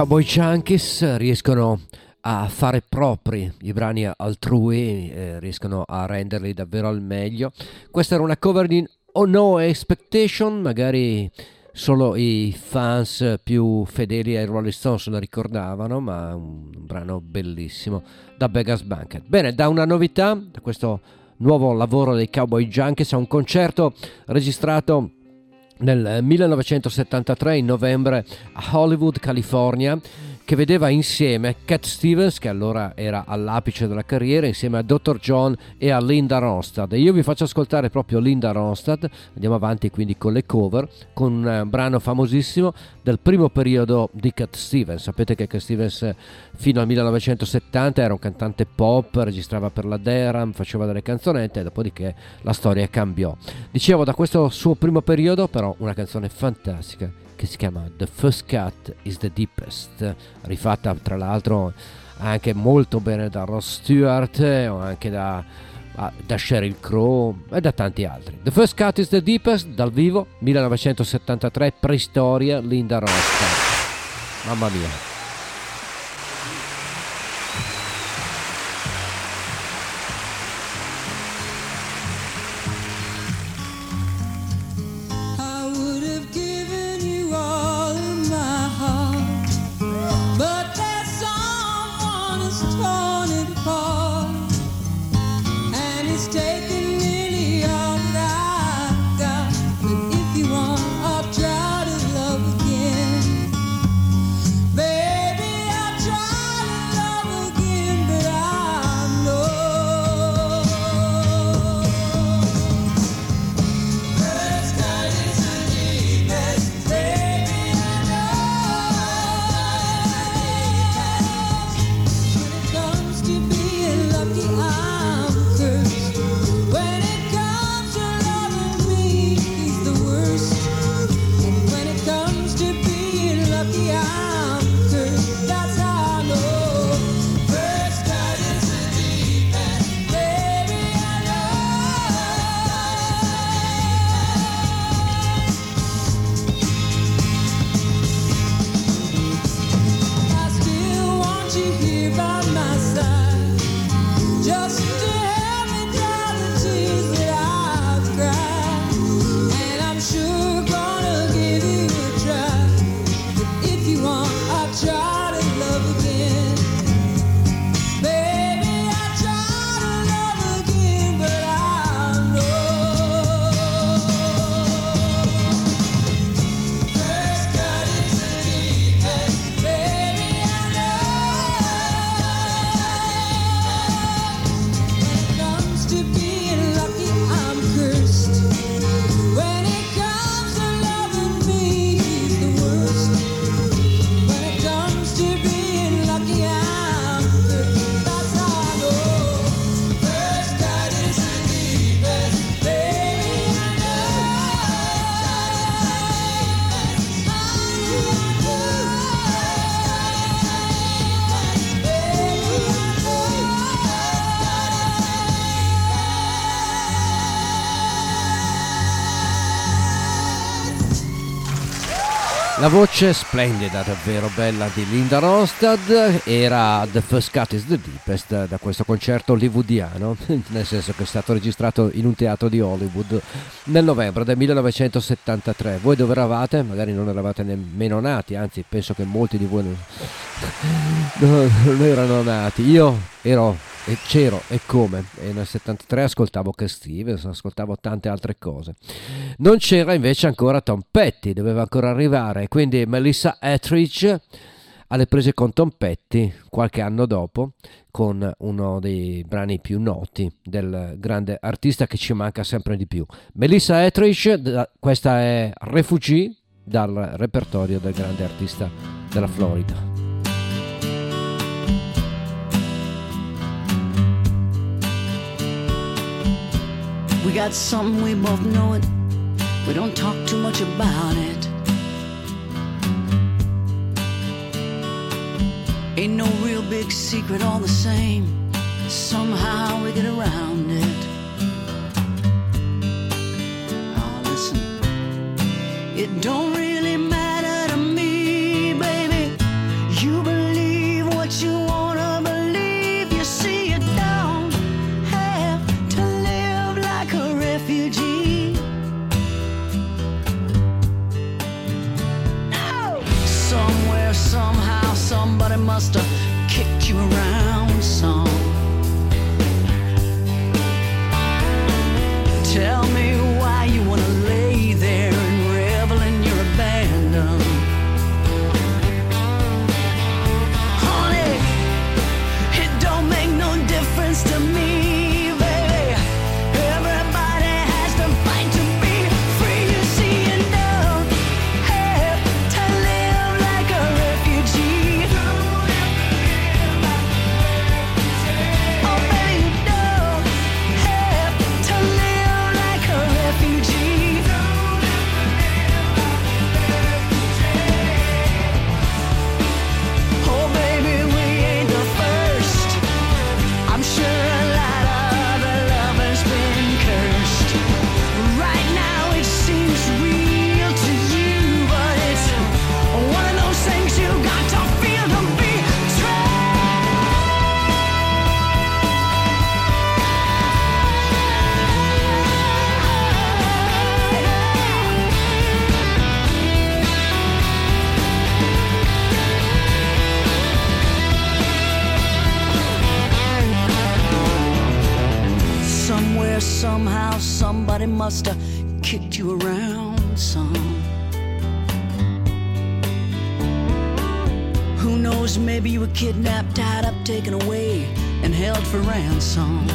Cowboy Junkies riescono a fare propri i brani altrui, eh, riescono a renderli davvero al meglio. Questa era una cover di Oh No Expectation, magari solo i fans più fedeli ai Rolling Stones la ricordavano, ma un, un brano bellissimo da Beggar's Banquet. Bene, da una novità, da questo nuovo lavoro dei Cowboy Junkies, a un concerto registrato nel millenovecentosettantatré in novembre a Hollywood, California, che vedeva insieme Cat Stevens, che allora era all'apice della carriera, insieme a doctor John e a Linda Ronstadt. E io vi faccio ascoltare proprio Linda Ronstadt. Andiamo avanti quindi con le cover, con un brano famosissimo del primo periodo di Cat Stevens. Sapete che Cat Stevens fino al millenovecentosettanta era un cantante pop, registrava per la Deram, faceva delle canzonette, e dopodiché la storia cambiò. Dicevo, da questo suo primo periodo però una canzone fantastica che si chiama The First Cut is the Deepest, rifatta tra l'altro anche molto bene da Ross Stewart, o anche da, da Sheryl Crow e da tanti altri. The First Cut is the Deepest, dal vivo, millenovecentosettantatré, preistoria, Linda Ronstadt. Mamma mia. La voce splendida, davvero bella, di Linda Ronstadt era The First Cut is the Deepest, da questo concerto hollywoodiano, nel senso che è stato registrato in un teatro di Hollywood nel novembre del millenovecentosettantatré. Voi dove eravate? Magari non eravate nemmeno nati, anzi penso che molti di voi non, non, non erano nati. Io ero e c'ero e come, e nel settantatré ascoltavo Cat Stevens, ascoltavo tante altre cose. Non c'era invece ancora Tom Petty, doveva ancora arrivare, quindi Melissa Etheridge alle prese con Tom Petty qualche anno dopo, con uno dei brani più noti del grande artista che ci manca sempre di più. Melissa Etheridge, questa è Refugee, dal repertorio del grande artista della Florida. We got something, we both know it. We don't talk too much about it. Ain't no real big secret, all the same. Somehow we get around it. Oh, listen, it don't really matter to me, baby. happens to me, baby. Everybody has to fight to be free. You see, you don't have to live like a refugee. Oh, baby, you don't have to live like a refugee. Oh, baby, we ain't the first. I'm sure a lot of other lovers been cursed. Right now it seems real to you, but it's one of those things you got to feel to be somewhere, somehow, somebody must have kicked you around some. Who knows, maybe you were kidnapped, tied up, taken away, and held for ransom.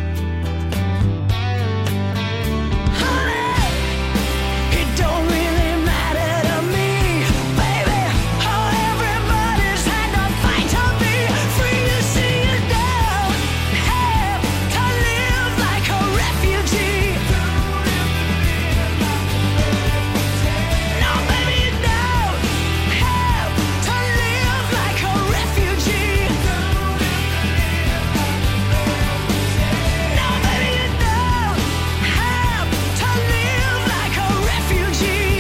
Honey, it don't really matter to me, baby. Oh, everybody's had to fight to be free. You see, you don't have to live like a refugee. No, baby, you don't have to live like a refugee. No, baby, you don't have to live like a refugee.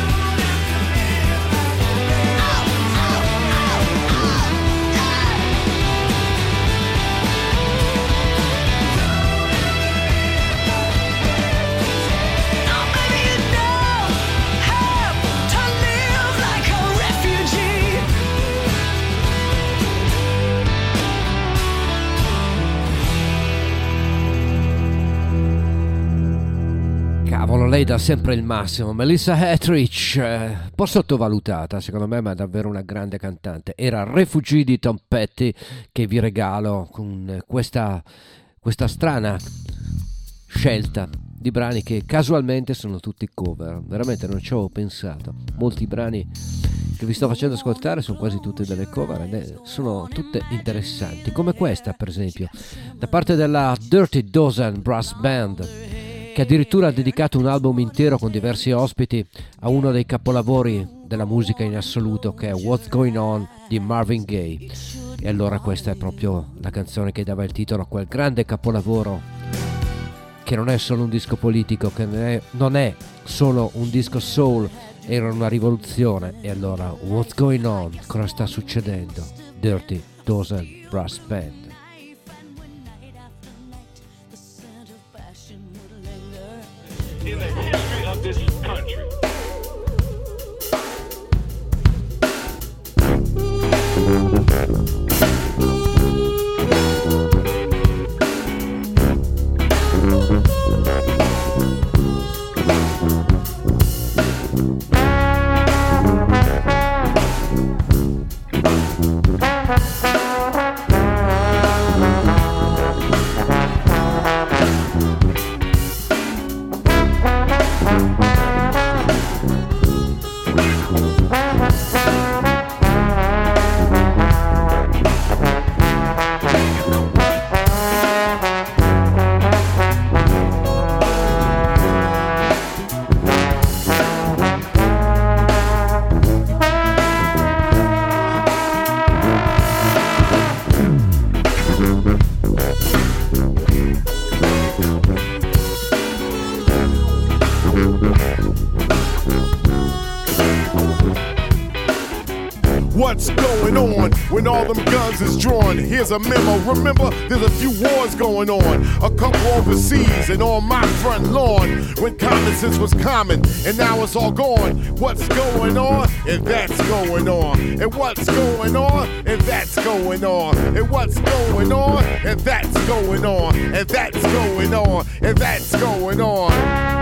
Oh, oh, oh, oh, yeah. No, baby, you don't have to live like a refugee. Cavolo, lei dà sempre il massimo. Melissa Etheridge, eh, un po' sottovalutata secondo me, ma è davvero una grande cantante. Era Refugee di Tom Petty, che vi regalo con questa, questa strana scelta di brani che casualmente sono tutti cover. Veramente non ci avevo pensato. Molti brani che vi sto facendo ascoltare sono quasi tutte delle cover ed sono tutte interessanti, come questa per esempio, da parte della Dirty Dozen Brass Band, che addirittura ha dedicato un album intero con diversi ospiti a uno dei capolavori della musica in assoluto, che è What's Going On di Marvin Gaye. E allora questa è proprio la canzone che dava il titolo a quel grande capolavoro, che non è solo un disco politico, che non è, non è solo un disco soul, era una rivoluzione. E allora What's Going On, cosa sta succedendo? Dirty Dozen Brass Band. In the history of this country. What's going on when all them guns is drawn? Here's a memo. Remember, there's a few wars going on. A couple overseas and on my front lawn. When common sense was common and now it's all gone. What's going on? And that's going on. And what's going on? And that's going on. And what's going on? And that's going on. And that's going on. And that's going on.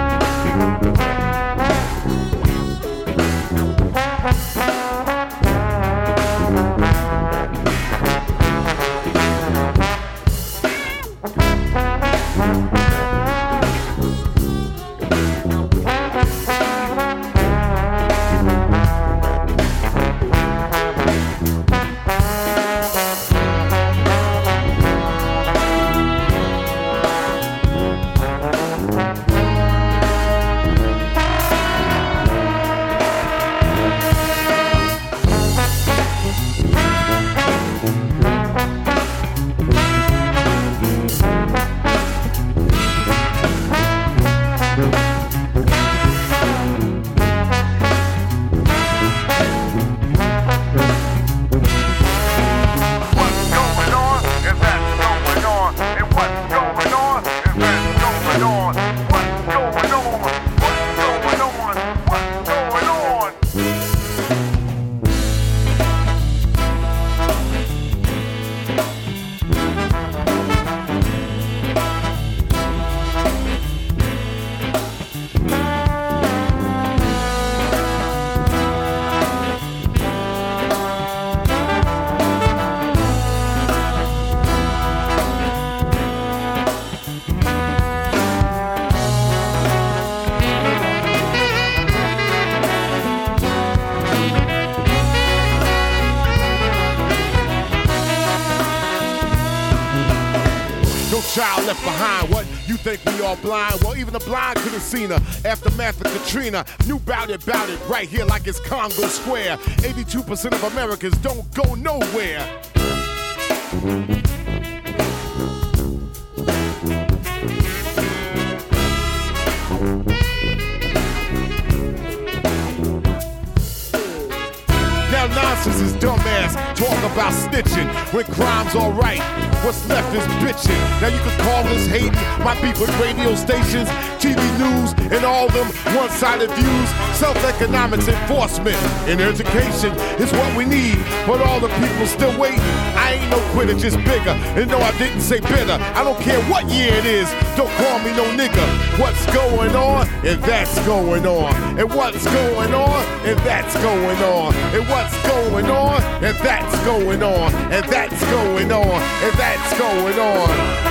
no child left behind. What, you think we all blind? Well, even the blind could have seen her. Aftermath of Katrina, knew bout it, bout it, right here like it's Congo Square. eighty-two percent of Americans don't go nowhere. Now nonsense is dumbass talk about snitching when crime's alright. What's left is bitching. Now you can call this hating. My beef with radio stations, T V news, and all them one-sided views. Self-economics enforcement and education is what we need. But all the people still waiting. I ain't no quitter, just bigger. And no, I didn't say bitter. I don't care what year it is. Don't call me no nigga. What's going on? And that's going on. And what's going on? And that's going on. And what's going on? And that's going on. And that's going on. And that's going on.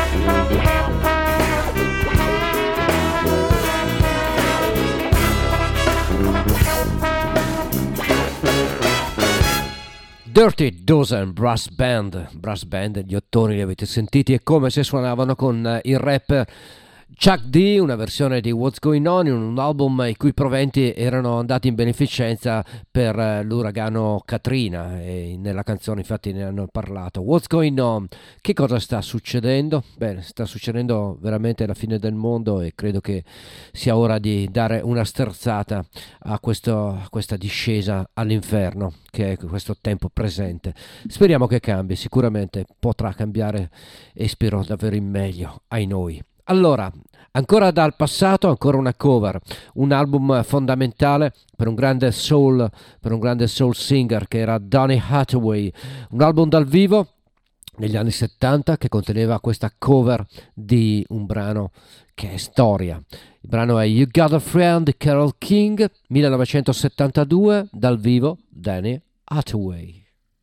Dirty Dozen Brass Band, Brass Band, gli ottoni li avete sentiti, è come se suonavano con il rapper Chuck D, una versione di What's Going On, in un album i cui proventi erano andati in beneficenza per l'uragano Katrina, e nella canzone infatti ne hanno parlato. What's Going On? Che cosa sta succedendo? Bene, sta succedendo veramente la fine del mondo e credo che sia ora di dare una sterzata a, questo, a questa discesa all'inferno che è questo tempo presente. Speriamo che cambi, sicuramente potrà cambiare e spero davvero in meglio ai noi. Allora, ancora dal passato, ancora una cover, un album fondamentale per un grande soul, per un grande soul singer che era Donny Hathaway, un album dal vivo negli anni settanta che conteneva questa cover di un brano che è storia. Il brano è You Got a Friend di Carole King, millenovecentosettantadue, dal vivo Donny Hathaway.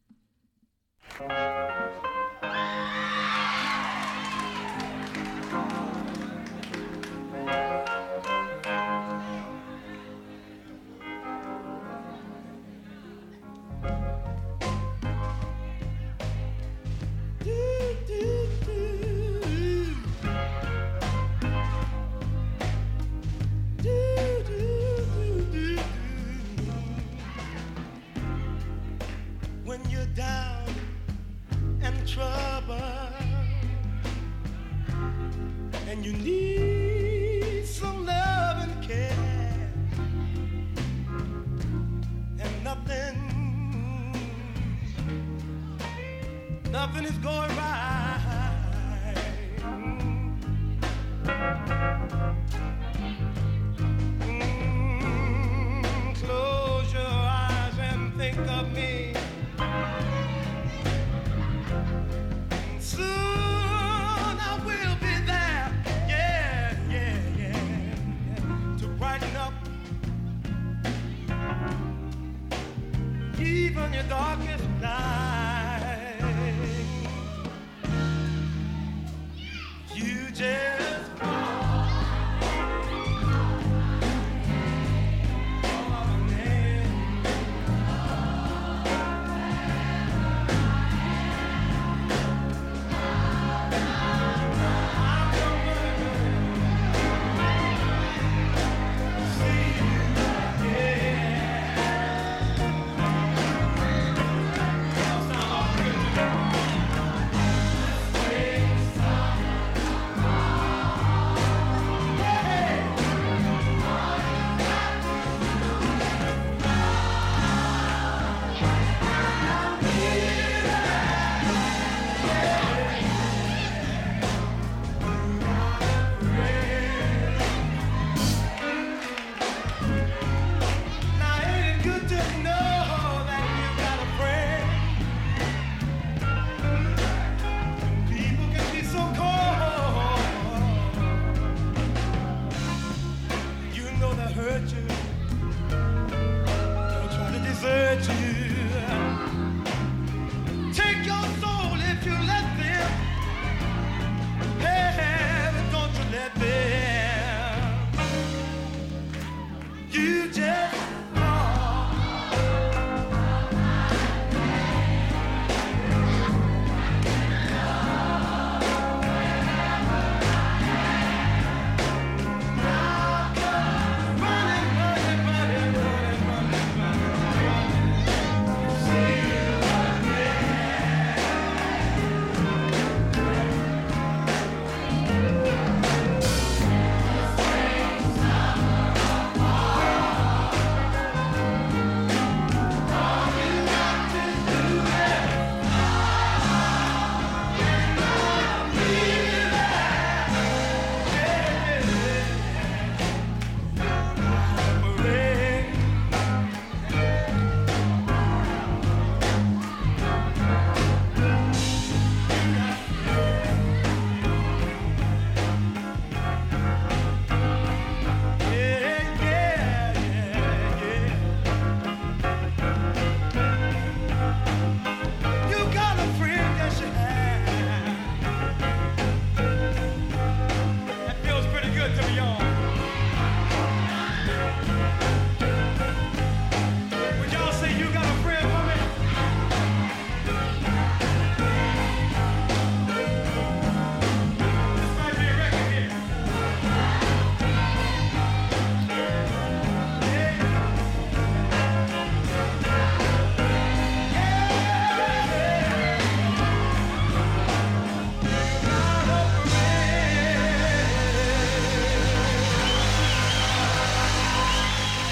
And you need some love and care, and nothing, nothing is going right. Mm, close your eyes and think of me. Soon I will be there, yeah, yeah, yeah, to brighten up even your darkest night.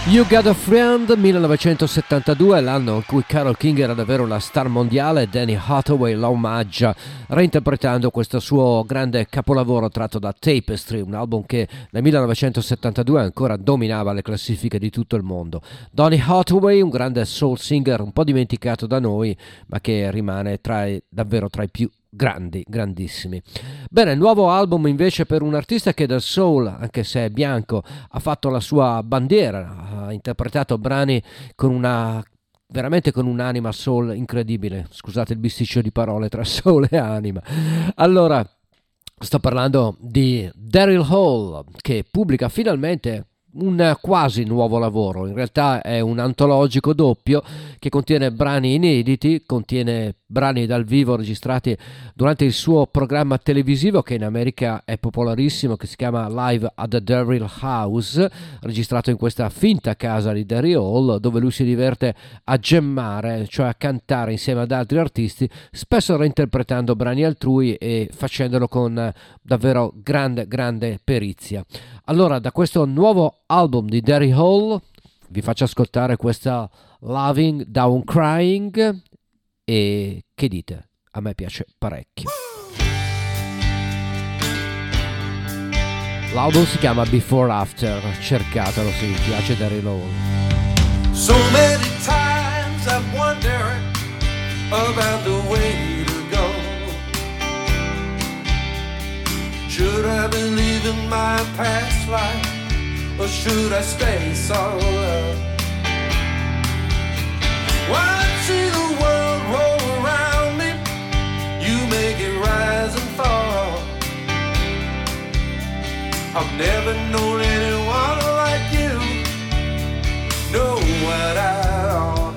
You Got a Friend, millenovecentosettantadue, l'anno in cui Carole King era davvero la star mondiale. Danny Hathaway la omaggia reinterpretando questo suo grande capolavoro tratto da Tapestry, un album che nel millenovecentosettantadue ancora dominava le classifiche di tutto il mondo. Donny Hathaway, un grande soul singer un po' dimenticato da noi, ma che rimane tra i, davvero tra i più grandi, grandissimi. Bene, nuovo album invece per un artista che del soul, anche se è bianco, ha fatto la sua bandiera, ha interpretato brani con una veramente con un'anima soul incredibile. Scusate il bisticcio di parole tra soul e anima. Allora, sto parlando di Daryl Hall, che pubblica finalmente un quasi nuovo lavoro. In realtà è un antologico doppio che contiene brani inediti, contiene brani dal vivo registrati durante il suo programma televisivo che in America è popolarissimo, che si chiama Live at the Daryl House, registrato in questa finta casa di Daryl Hall, dove lui si diverte a gemmare, cioè a cantare insieme ad altri artisti, spesso reinterpretando brani altrui e facendolo con davvero grande grande perizia. Allora, da questo nuovo album di Daryl Hall vi faccio ascoltare questa Loving Down Crying, e che dite? A me piace parecchio. L'album si chiama Before After, cercatelo se vi piace Daryl Hall. So many times I've wondered about the way to go. Should I believe in my past life, or should I stay so low? Watching the world roll around me, you make it rise and fall. I've never known anyone like you, no one at all.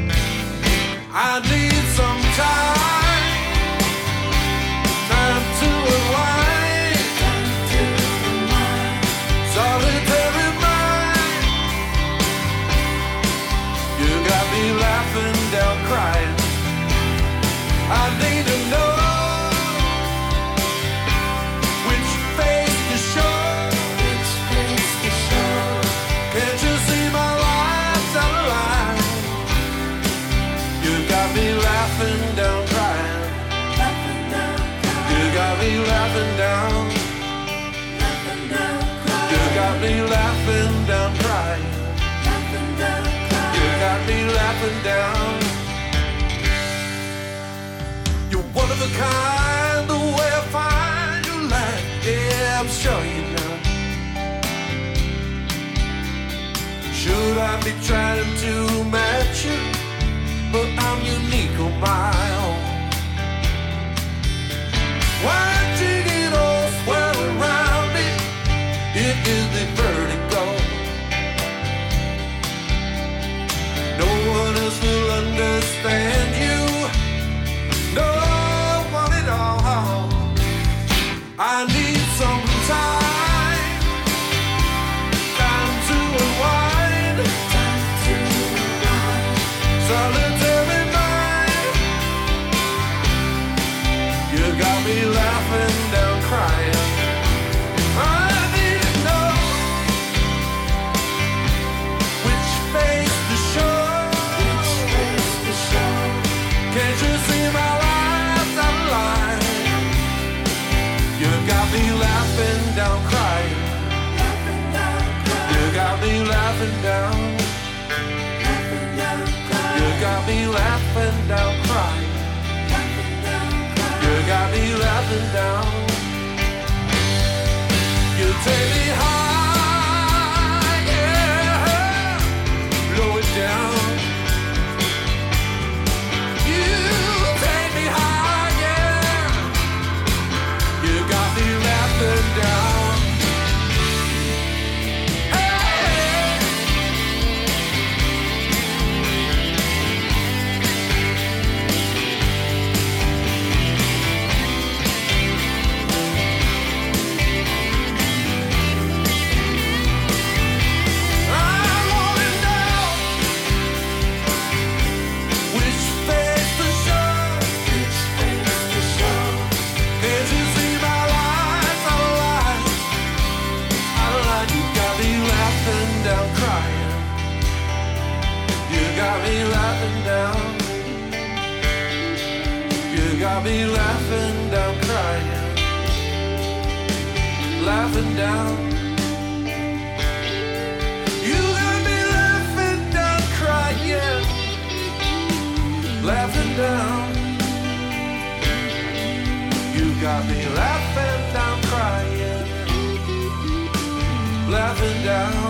I need some time, time to unwind, solitary mind. You got me laughing down crying. I need to know which face to show, which face to show. Can't you see my life's out of line? You got me laughing down crying. Laughing down, crying. You got me laughing down. Laughing down, crying. You got me laughing down crying. Laughing down, crying. You got me laughing down. You're one of a kind, the way I find you like, yeah, I'm sure you know. Should I be trying to match you? But I'm unique on my own. Watching it all swirl around me, it is the vertigo. No one else will understand you, no one at all. I need some time, time to unwind, time to unwind. Solitary mind, you got me laughing down crying. I need to know which face to show, which face to show. Can't you see my life's out of line? You got me laughing down crying. Laughing down, crying. You got me laughing down. Laughing down, crying. You got me laughing down crying. Laughing down, crying. You got me laughing down. You take me high, yeah, low it down. You take me high, yeah. You got me laughing down. Hey. You got me laughing down, crying, laughing down. You got me laughing down, crying, laughing down. You got me laughing down, crying, laughing down.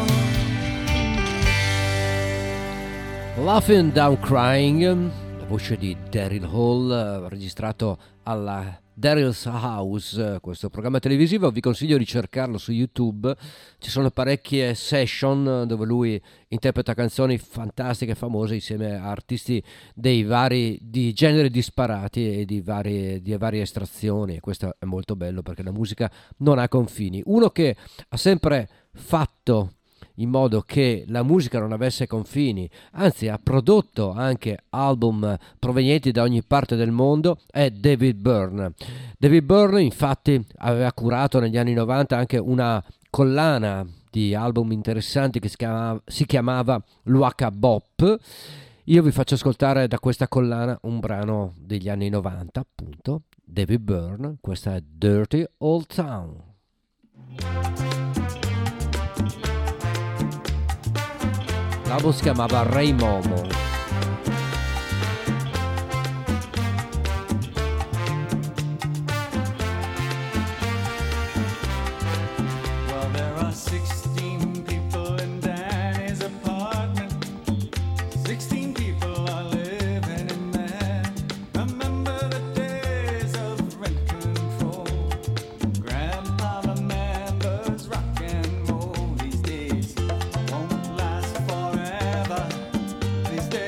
Laughing Down Crying, la voce di Daryl Hall, registrato alla Daryl's House, questo programma televisivo. Vi consiglio di cercarlo su YouTube, ci sono parecchie session dove lui interpreta canzoni fantastiche e famose insieme a artisti dei vari di generi disparati e di varie, di varie estrazioni. Questo è molto bello perché la musica non ha confini. Uno che ha sempre fatto in modo che la musica non avesse confini, anzi ha prodotto anche album provenienti da ogni parte del mondo, è David Byrne. David Byrne infatti aveva curato negli anni novanta anche una collana di album interessanti che si chiamava, si chiamava Luaka Bop. Io vi faccio ascoltare da questa collana un brano degli anni novanta, appunto, David Byrne, questa è Dirty Old Town. L'album si chiamava Ray Momo. Well, there are sixteen people in Danny's apartment. Sixteen people are living in there. Remember the days of rent control. Grandpa remembers rock and roll. These days won't last forever. These days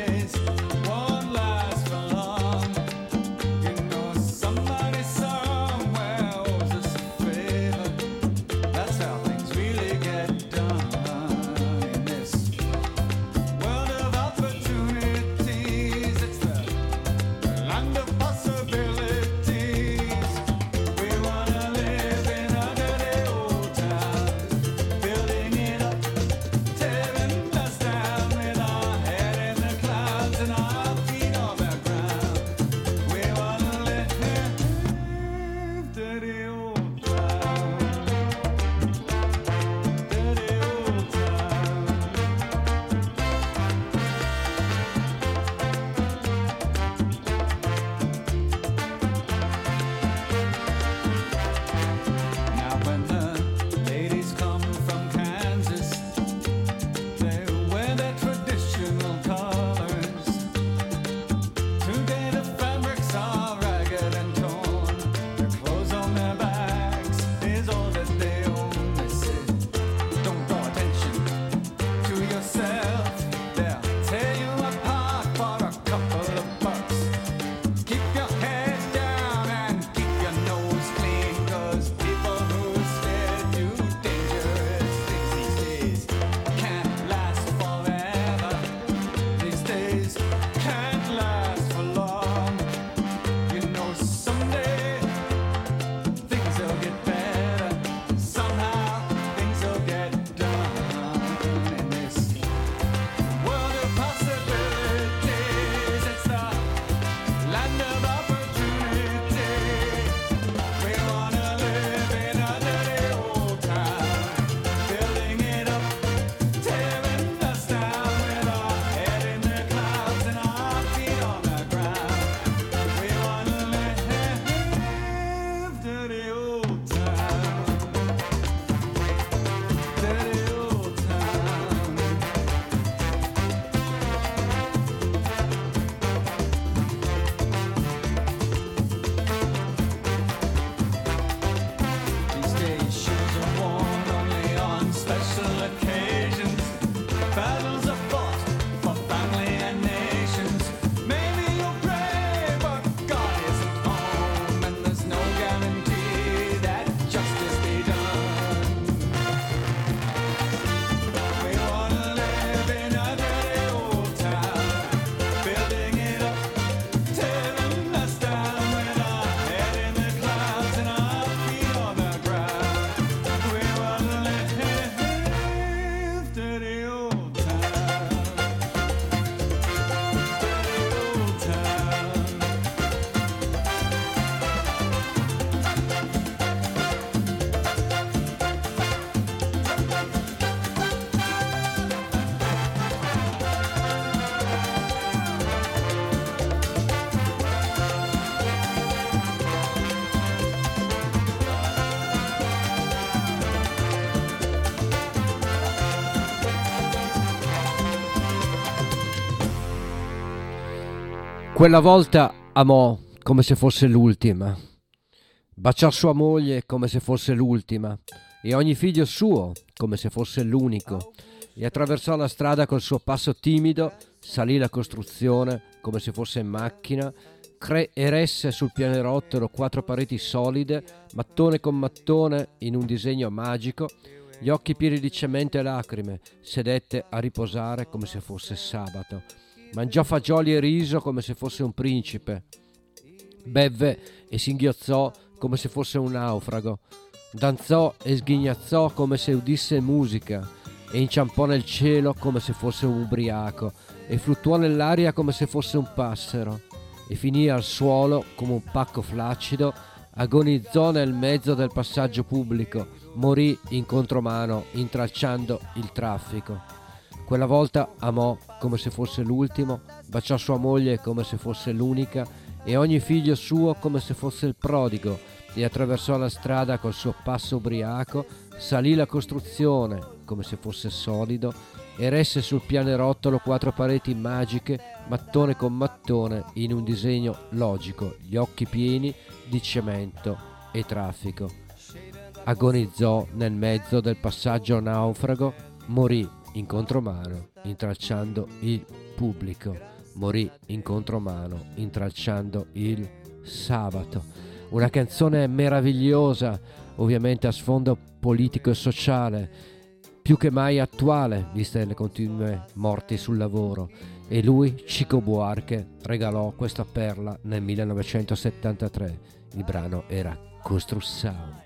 Quella volta amò come se fosse l'ultima, baciò sua moglie come se fosse l'ultima e ogni figlio suo come se fosse l'unico, e attraversò la strada col suo passo timido, salì la costruzione come se fosse in macchina, cre- eresse sul pianerottolo quattro pareti solide, mattone con mattone in un disegno magico, gli occhi pieni di cemento e lacrime, sedette a riposare come se fosse sabato. Mangiò fagioli e riso come se fosse un principe, bevve e singhiozzò come se fosse un naufrago, danzò e sghignazzò come se udisse musica, e inciampò nel cielo come se fosse un ubriaco, e fluttuò nell'aria come se fosse un passero, e finì al suolo come un pacco flaccido, agonizzò nel mezzo del passaggio pubblico, morì in contromano intralciando il traffico. Quella volta amò come se fosse l'ultimo, baciò sua moglie come se fosse l'unica e ogni figlio suo come se fosse il prodigo, e attraversò la strada col suo passo ubriaco, salì la costruzione come se fosse solido, eresse sul pianerottolo quattro pareti magiche, mattone con mattone in un disegno logico, gli occhi pieni di cemento e traffico. Agonizzò nel mezzo del passaggio naufrago, morì in contromano intralciando il pubblico, morì in contromano intralciando il sabato. Una canzone meravigliosa, ovviamente a sfondo politico e sociale, più che mai attuale viste le continue morti sul lavoro, e lui, Chico Buarque, regalò questa perla nel millenovecentosettantatré. Il brano era Costrução.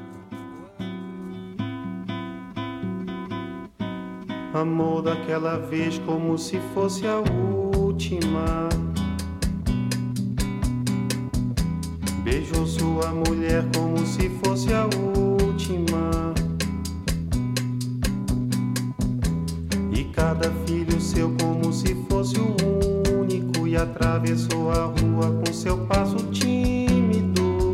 Amor daquela vez como se fosse a última. Beijou sua mulher como se fosse a última. E cada filho seu como se fosse o único. E atravessou a rua com seu passo tímido.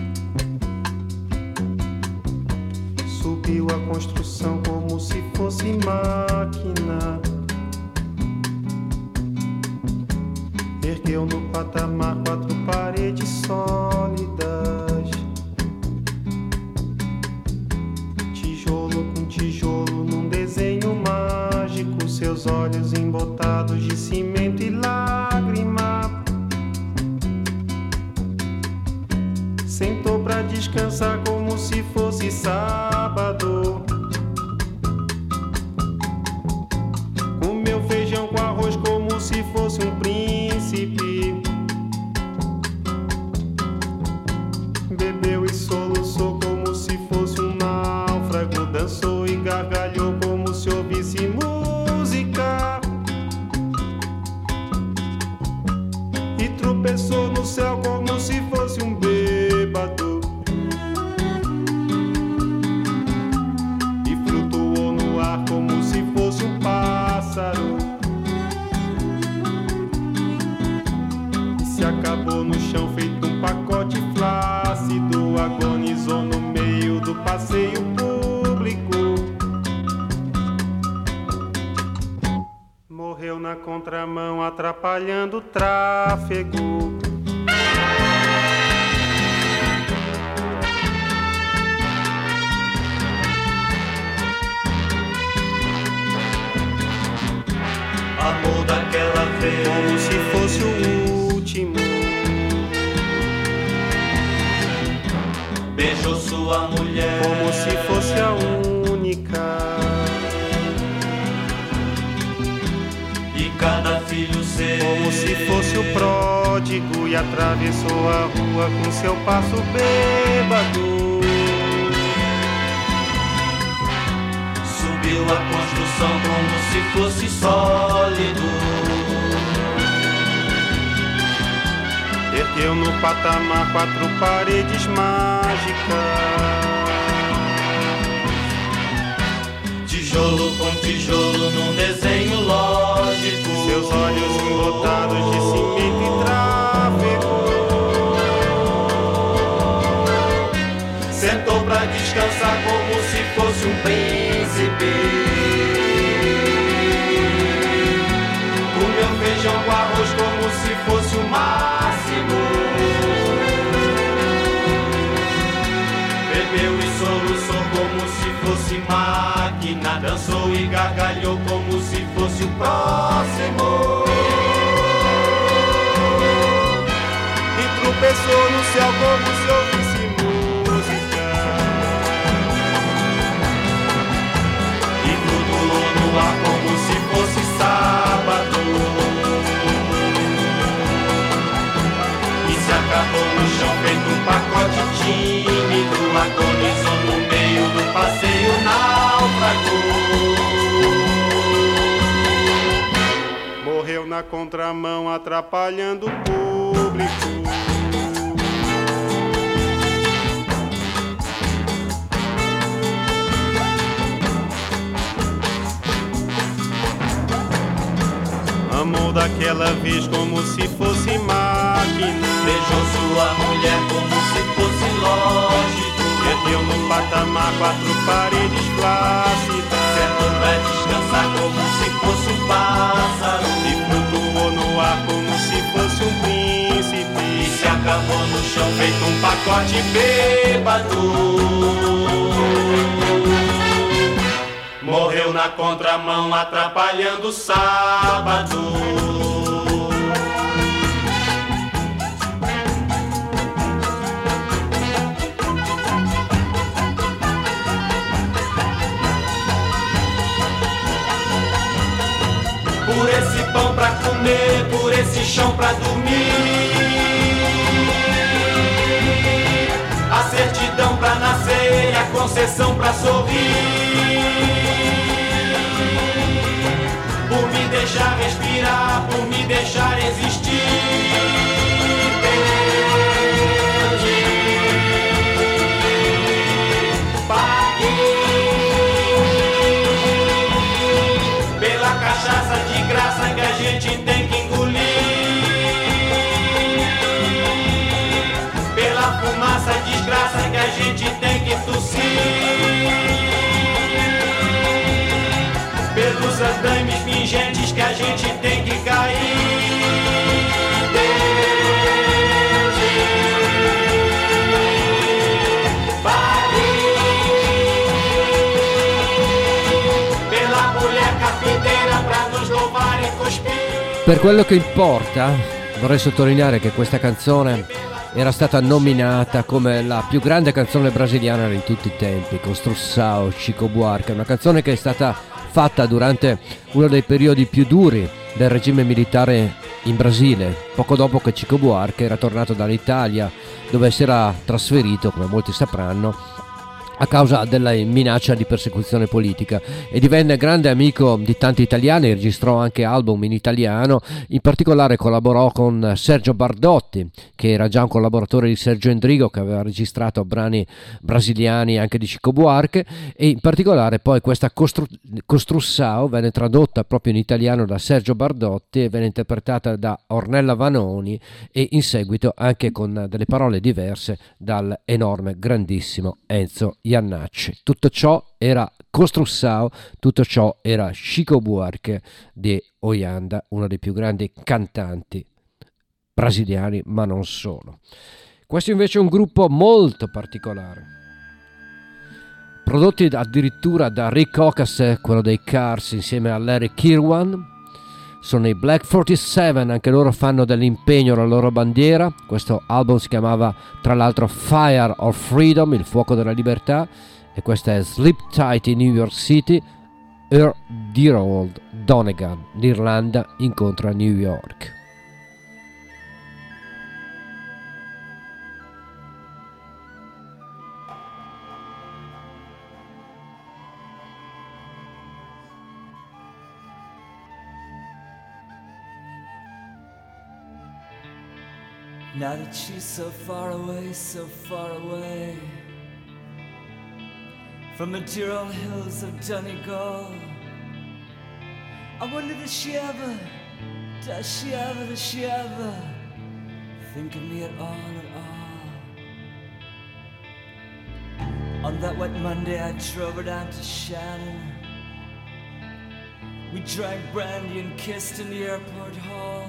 Subiu a construção como se fosse máquina. Ergueu no patamar quatro paredes sólidas. Tijolo com tijolo num desenho mágico. Seus olhos embotados de cimento e lágrima. Sentou pra descansar como se fosse sábado. Comeu feijão com arroz como se fosse um príncipe. Bebeu e soluçou como se fosse um náufrago. Dançou e gargalhou como se ouvisse música. E tropeçou no céu como se fosse um bêbado. E flutuou no ar como se fosse um pássaro. E se acabou no chão feito um pacote flácido. Agonizou no meio do passeio público. Morreu na contramão atrapalhando o tráfego. Amor daquela vez como se fosse o último. Beijou sua mulher como se fosse a única. E cada filho seu como se fosse o pródigo. E atravessou a rua com seu passo bêbado. Subiu a construção como se fosse sólido. Ergueu no patamar quatro paredes mágicas. Tijolo com tijolo num desenho lógico. Seus olhos embotados de cimento e tráfego. Sentou pra descansar como se fosse um príncipe. Comeu feijão com arroz como se fosse um gargalhou como se fosse o próximo. E tropeçou no céu como se ouvisse música. E flutuou no ar como se fosse sábado. E se acabou no chão feito um pacote tímido. Agonizou no meio do passeio náufrago. Morreu na contramão atrapalhando o público. Amou daquela vez como se fosse máquina. Beijou sua mulher como se fosse lógico. Perdeu no patamar quatro paredes plácidas. Certo vai descansar como se fosse um pássaro. E flutuou no ar como se fosse um príncipe. E se acabou no chão feito um pacote bêbado. Morreu na contramão atrapalhando o sábado. Por esse pão pra comer, por esse chão pra dormir. A certidão pra nascer e a concessão pra sorrir. Por me deixar respirar, por me deixar existir. Pela cachaça de graça que a gente tem que engolir. Pela fumaça desgraça que a gente tem que tossir. Pelos andames pingentes que a gente tem que cair. Per quello che importa, vorrei sottolineare che questa canzone era stata nominata come la più grande canzone brasiliana di tutti i tempi, con Strussao, Chico Buarque, una canzone che è stata fatta durante uno dei periodi più duri del regime militare in Brasile, poco dopo che Chico Buarque era tornato dall'Italia, dove si era trasferito, come molti sapranno, a causa della minaccia di persecuzione politica, e divenne grande amico di tanti italiani. Registrò anche album in italiano, in particolare collaborò con Sergio Bardotti, che era già un collaboratore di Sergio Endrigo, che aveva registrato brani brasiliani anche di Chico Buarque, e in particolare poi questa Costru- Costrussao venne tradotta proprio in italiano da Sergio Bardotti e venne interpretata da Ornella Vanoni, e in seguito anche con delle parole diverse dal enorme, grandissimo Enzo Jannacci. Tutto ciò era Costrussao, tutto ciò era Chico Buarque de Holanda, uno dei più grandi cantanti brasiliani, ma non solo. Questo invece è un gruppo molto particolare, prodotti addirittura da Rick Ocasek, quello dei Cars, insieme a Larry Kirwan. Sono i Black quarantasette, anche loro fanno dell'impegno la loro bandiera. Questo album si chiamava tra l'altro Fire of Freedom, il fuoco della libertà, e questa è Sleep Tight in New York City. Earl Dear Old Donegan, l'Irlanda incontra New York. Now that she's so far away, so far away from the dear old hills of Donegal, I wonder does she ever, does she ever, does she ever think of me at all, at all? On that wet Monday I drove her down to Shannon. We drank brandy and kissed in the airport hall.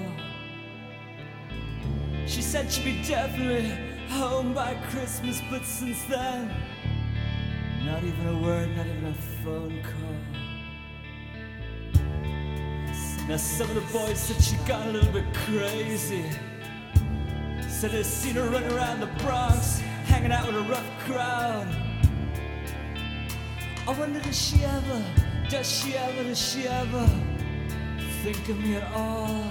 She said she'd be definitely home by Christmas, but since then, not even a word, not even a phone call. Now some of the boys said she got a little bit crazy. Said they seen her running around the Bronx, hanging out with a rough crowd. I wonder does she ever, does she ever, does she ever think of me at all?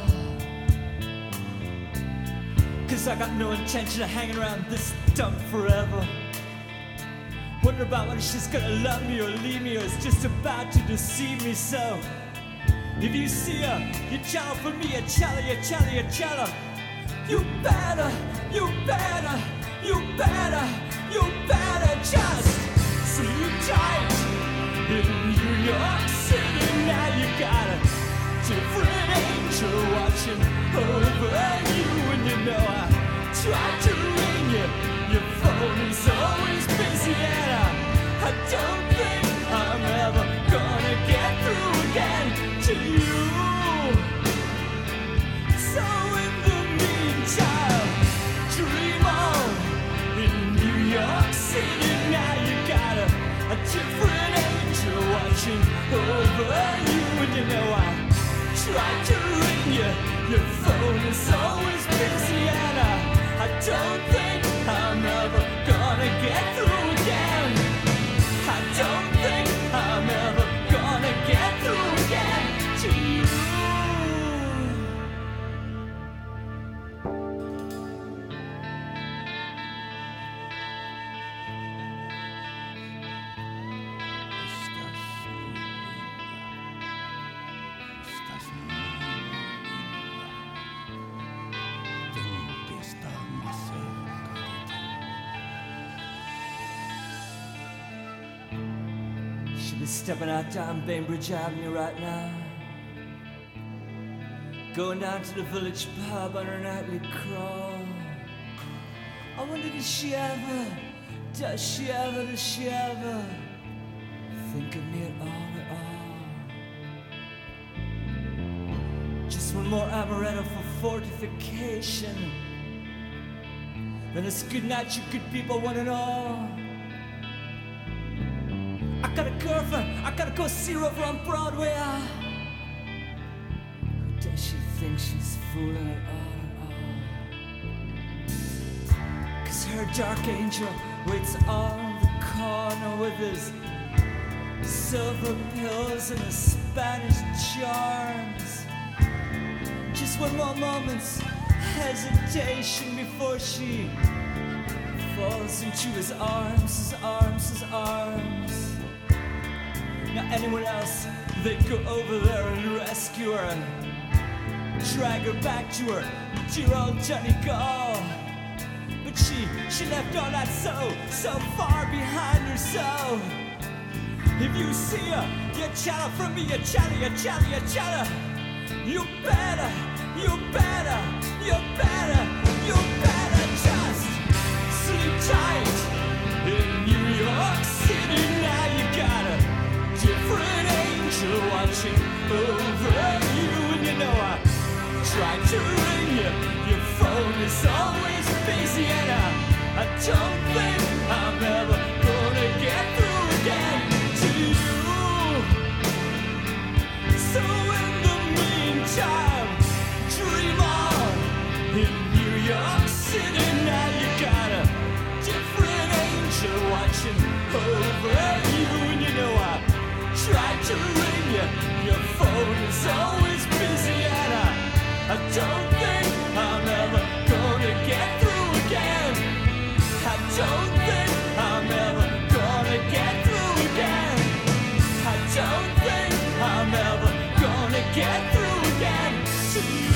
Cause I got no intention of hanging around this dump forever. Wonder about whether she's gonna love me or leave me, or is just about to deceive me. So if you see her, you tell for me, you tell her, you tell her, you tell her. You better, you better, you better, you better just sleep tight. In New York City now you got a different angel watching over you. And you know I tried to ring you, your phone is always busy. And I, I don't think I'm ever gonna get through again to you. So in the meantime, dream on. In New York City now you got a, a different angel watching over you. And you know I tried to ring you, your phone is always busy. And I, I don't think I'm ever gonna get through again. I don't think I'm ever gonna get through again to you. Stepping out down Bainbridge Avenue right now, going down to the village pub on her nightly crawl. I wonder does she ever, does she ever, does she ever think of me at all, at all? Just one more amaretto for fortification, then it's good night, you good people, one and all. I got a girlfriend, I gotta go see her over on Broadway. Ah. Who does she think she's fooling at all, at all? Cause her dark angel waits on the corner with his silver pills and his Spanish charms. Just one more moment's hesitation before she falls into his arms, his arms, his arms. Now anyone else, they'd go over there and rescue her and drag her back to her dear old Johnny Gall. But she, she left all that so, so far behind her. So if you see her, you tell her from me, you tell her, you tell her, you tell her. You better, you better, you better, you better just sleep tight. In New York City now you got a different angel watching over you. And you know I tried to ring you, your phone is always busy. And I, I don't think I'm ever gonna get through again to you. So in the meantime, dream on. In New York City now you got a different angel watching over you. And you know I tried to ring you, your phone is always busy. And I, I don't think I'm ever gonna get through again. I don't think I'm ever gonna get through again. I don't think I'm ever gonna get through again to you.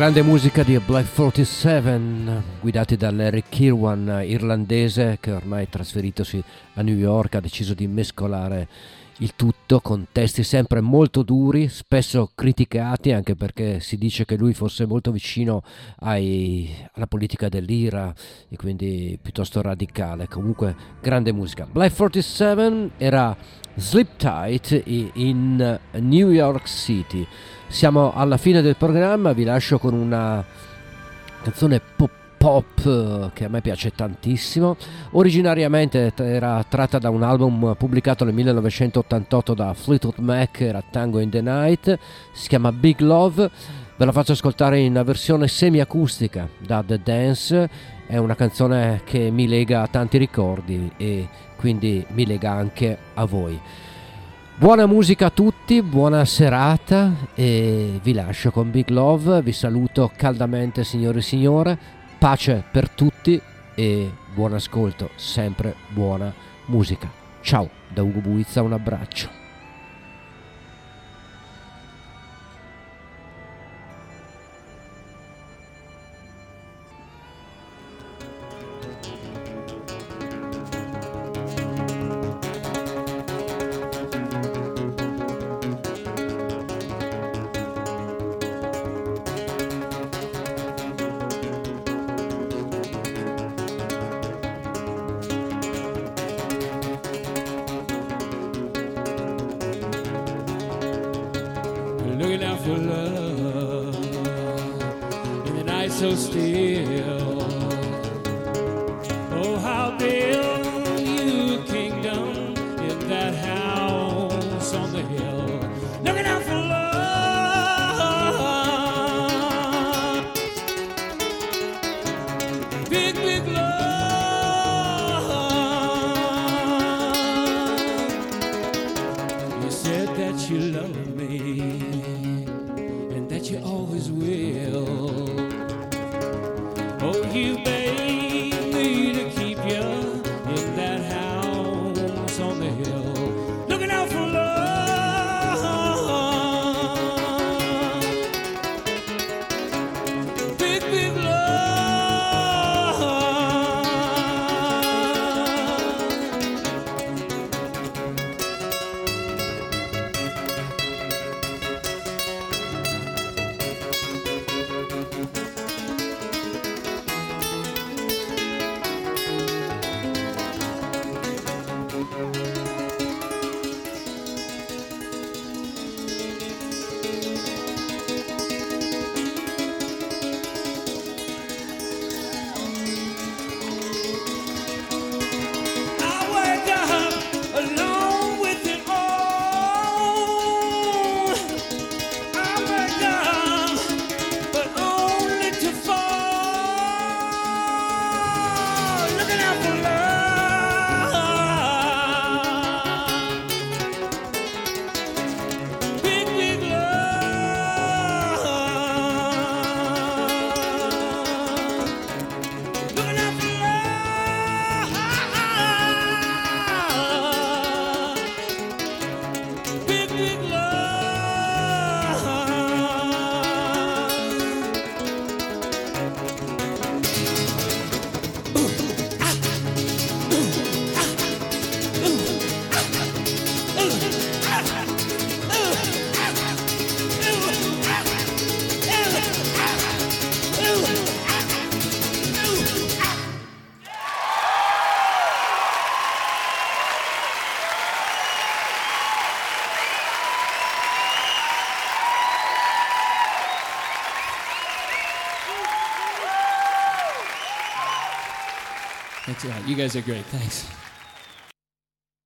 grande musica di Black quarantasette, guidati da Larry Kirwan, irlandese che ormai trasferitosi a New York ha deciso di mescolare il tutto con testi sempre molto duri, spesso criticati anche perché si dice che lui fosse molto vicino ai, alla politica dell'Ira e quindi piuttosto radicale. Comunque grande musica. Black quarantasette era Sleep Tight in New York City. Siamo alla fine del programma, vi lascio con una canzone pop pop che a me piace tantissimo. Originariamente era tratta da un album pubblicato nel millenovecentottantotto da Fleetwood Mac, era Tango in the Night, si chiama Big Love. Ve la faccio ascoltare in una versione semiacustica da The Dance. È una canzone che mi lega a tanti ricordi e quindi mi lega anche a voi. Buona musica a tutti, buona serata e vi lascio con Big Love. Vi saluto caldamente, signore e signore, pace per tutti e buon ascolto, sempre buona musica. Ciao da Ugo Buizza, un abbraccio. Looking out for love in the night so still. Oh, how build you a kingdom in that house on the hill. Looking out for love, big, big love. You said that you love me, you always will. Oh, you made me to keep you in that house on the hill. Looking out for love, big, big love. Thanks a lot. You guys are great. Thanks.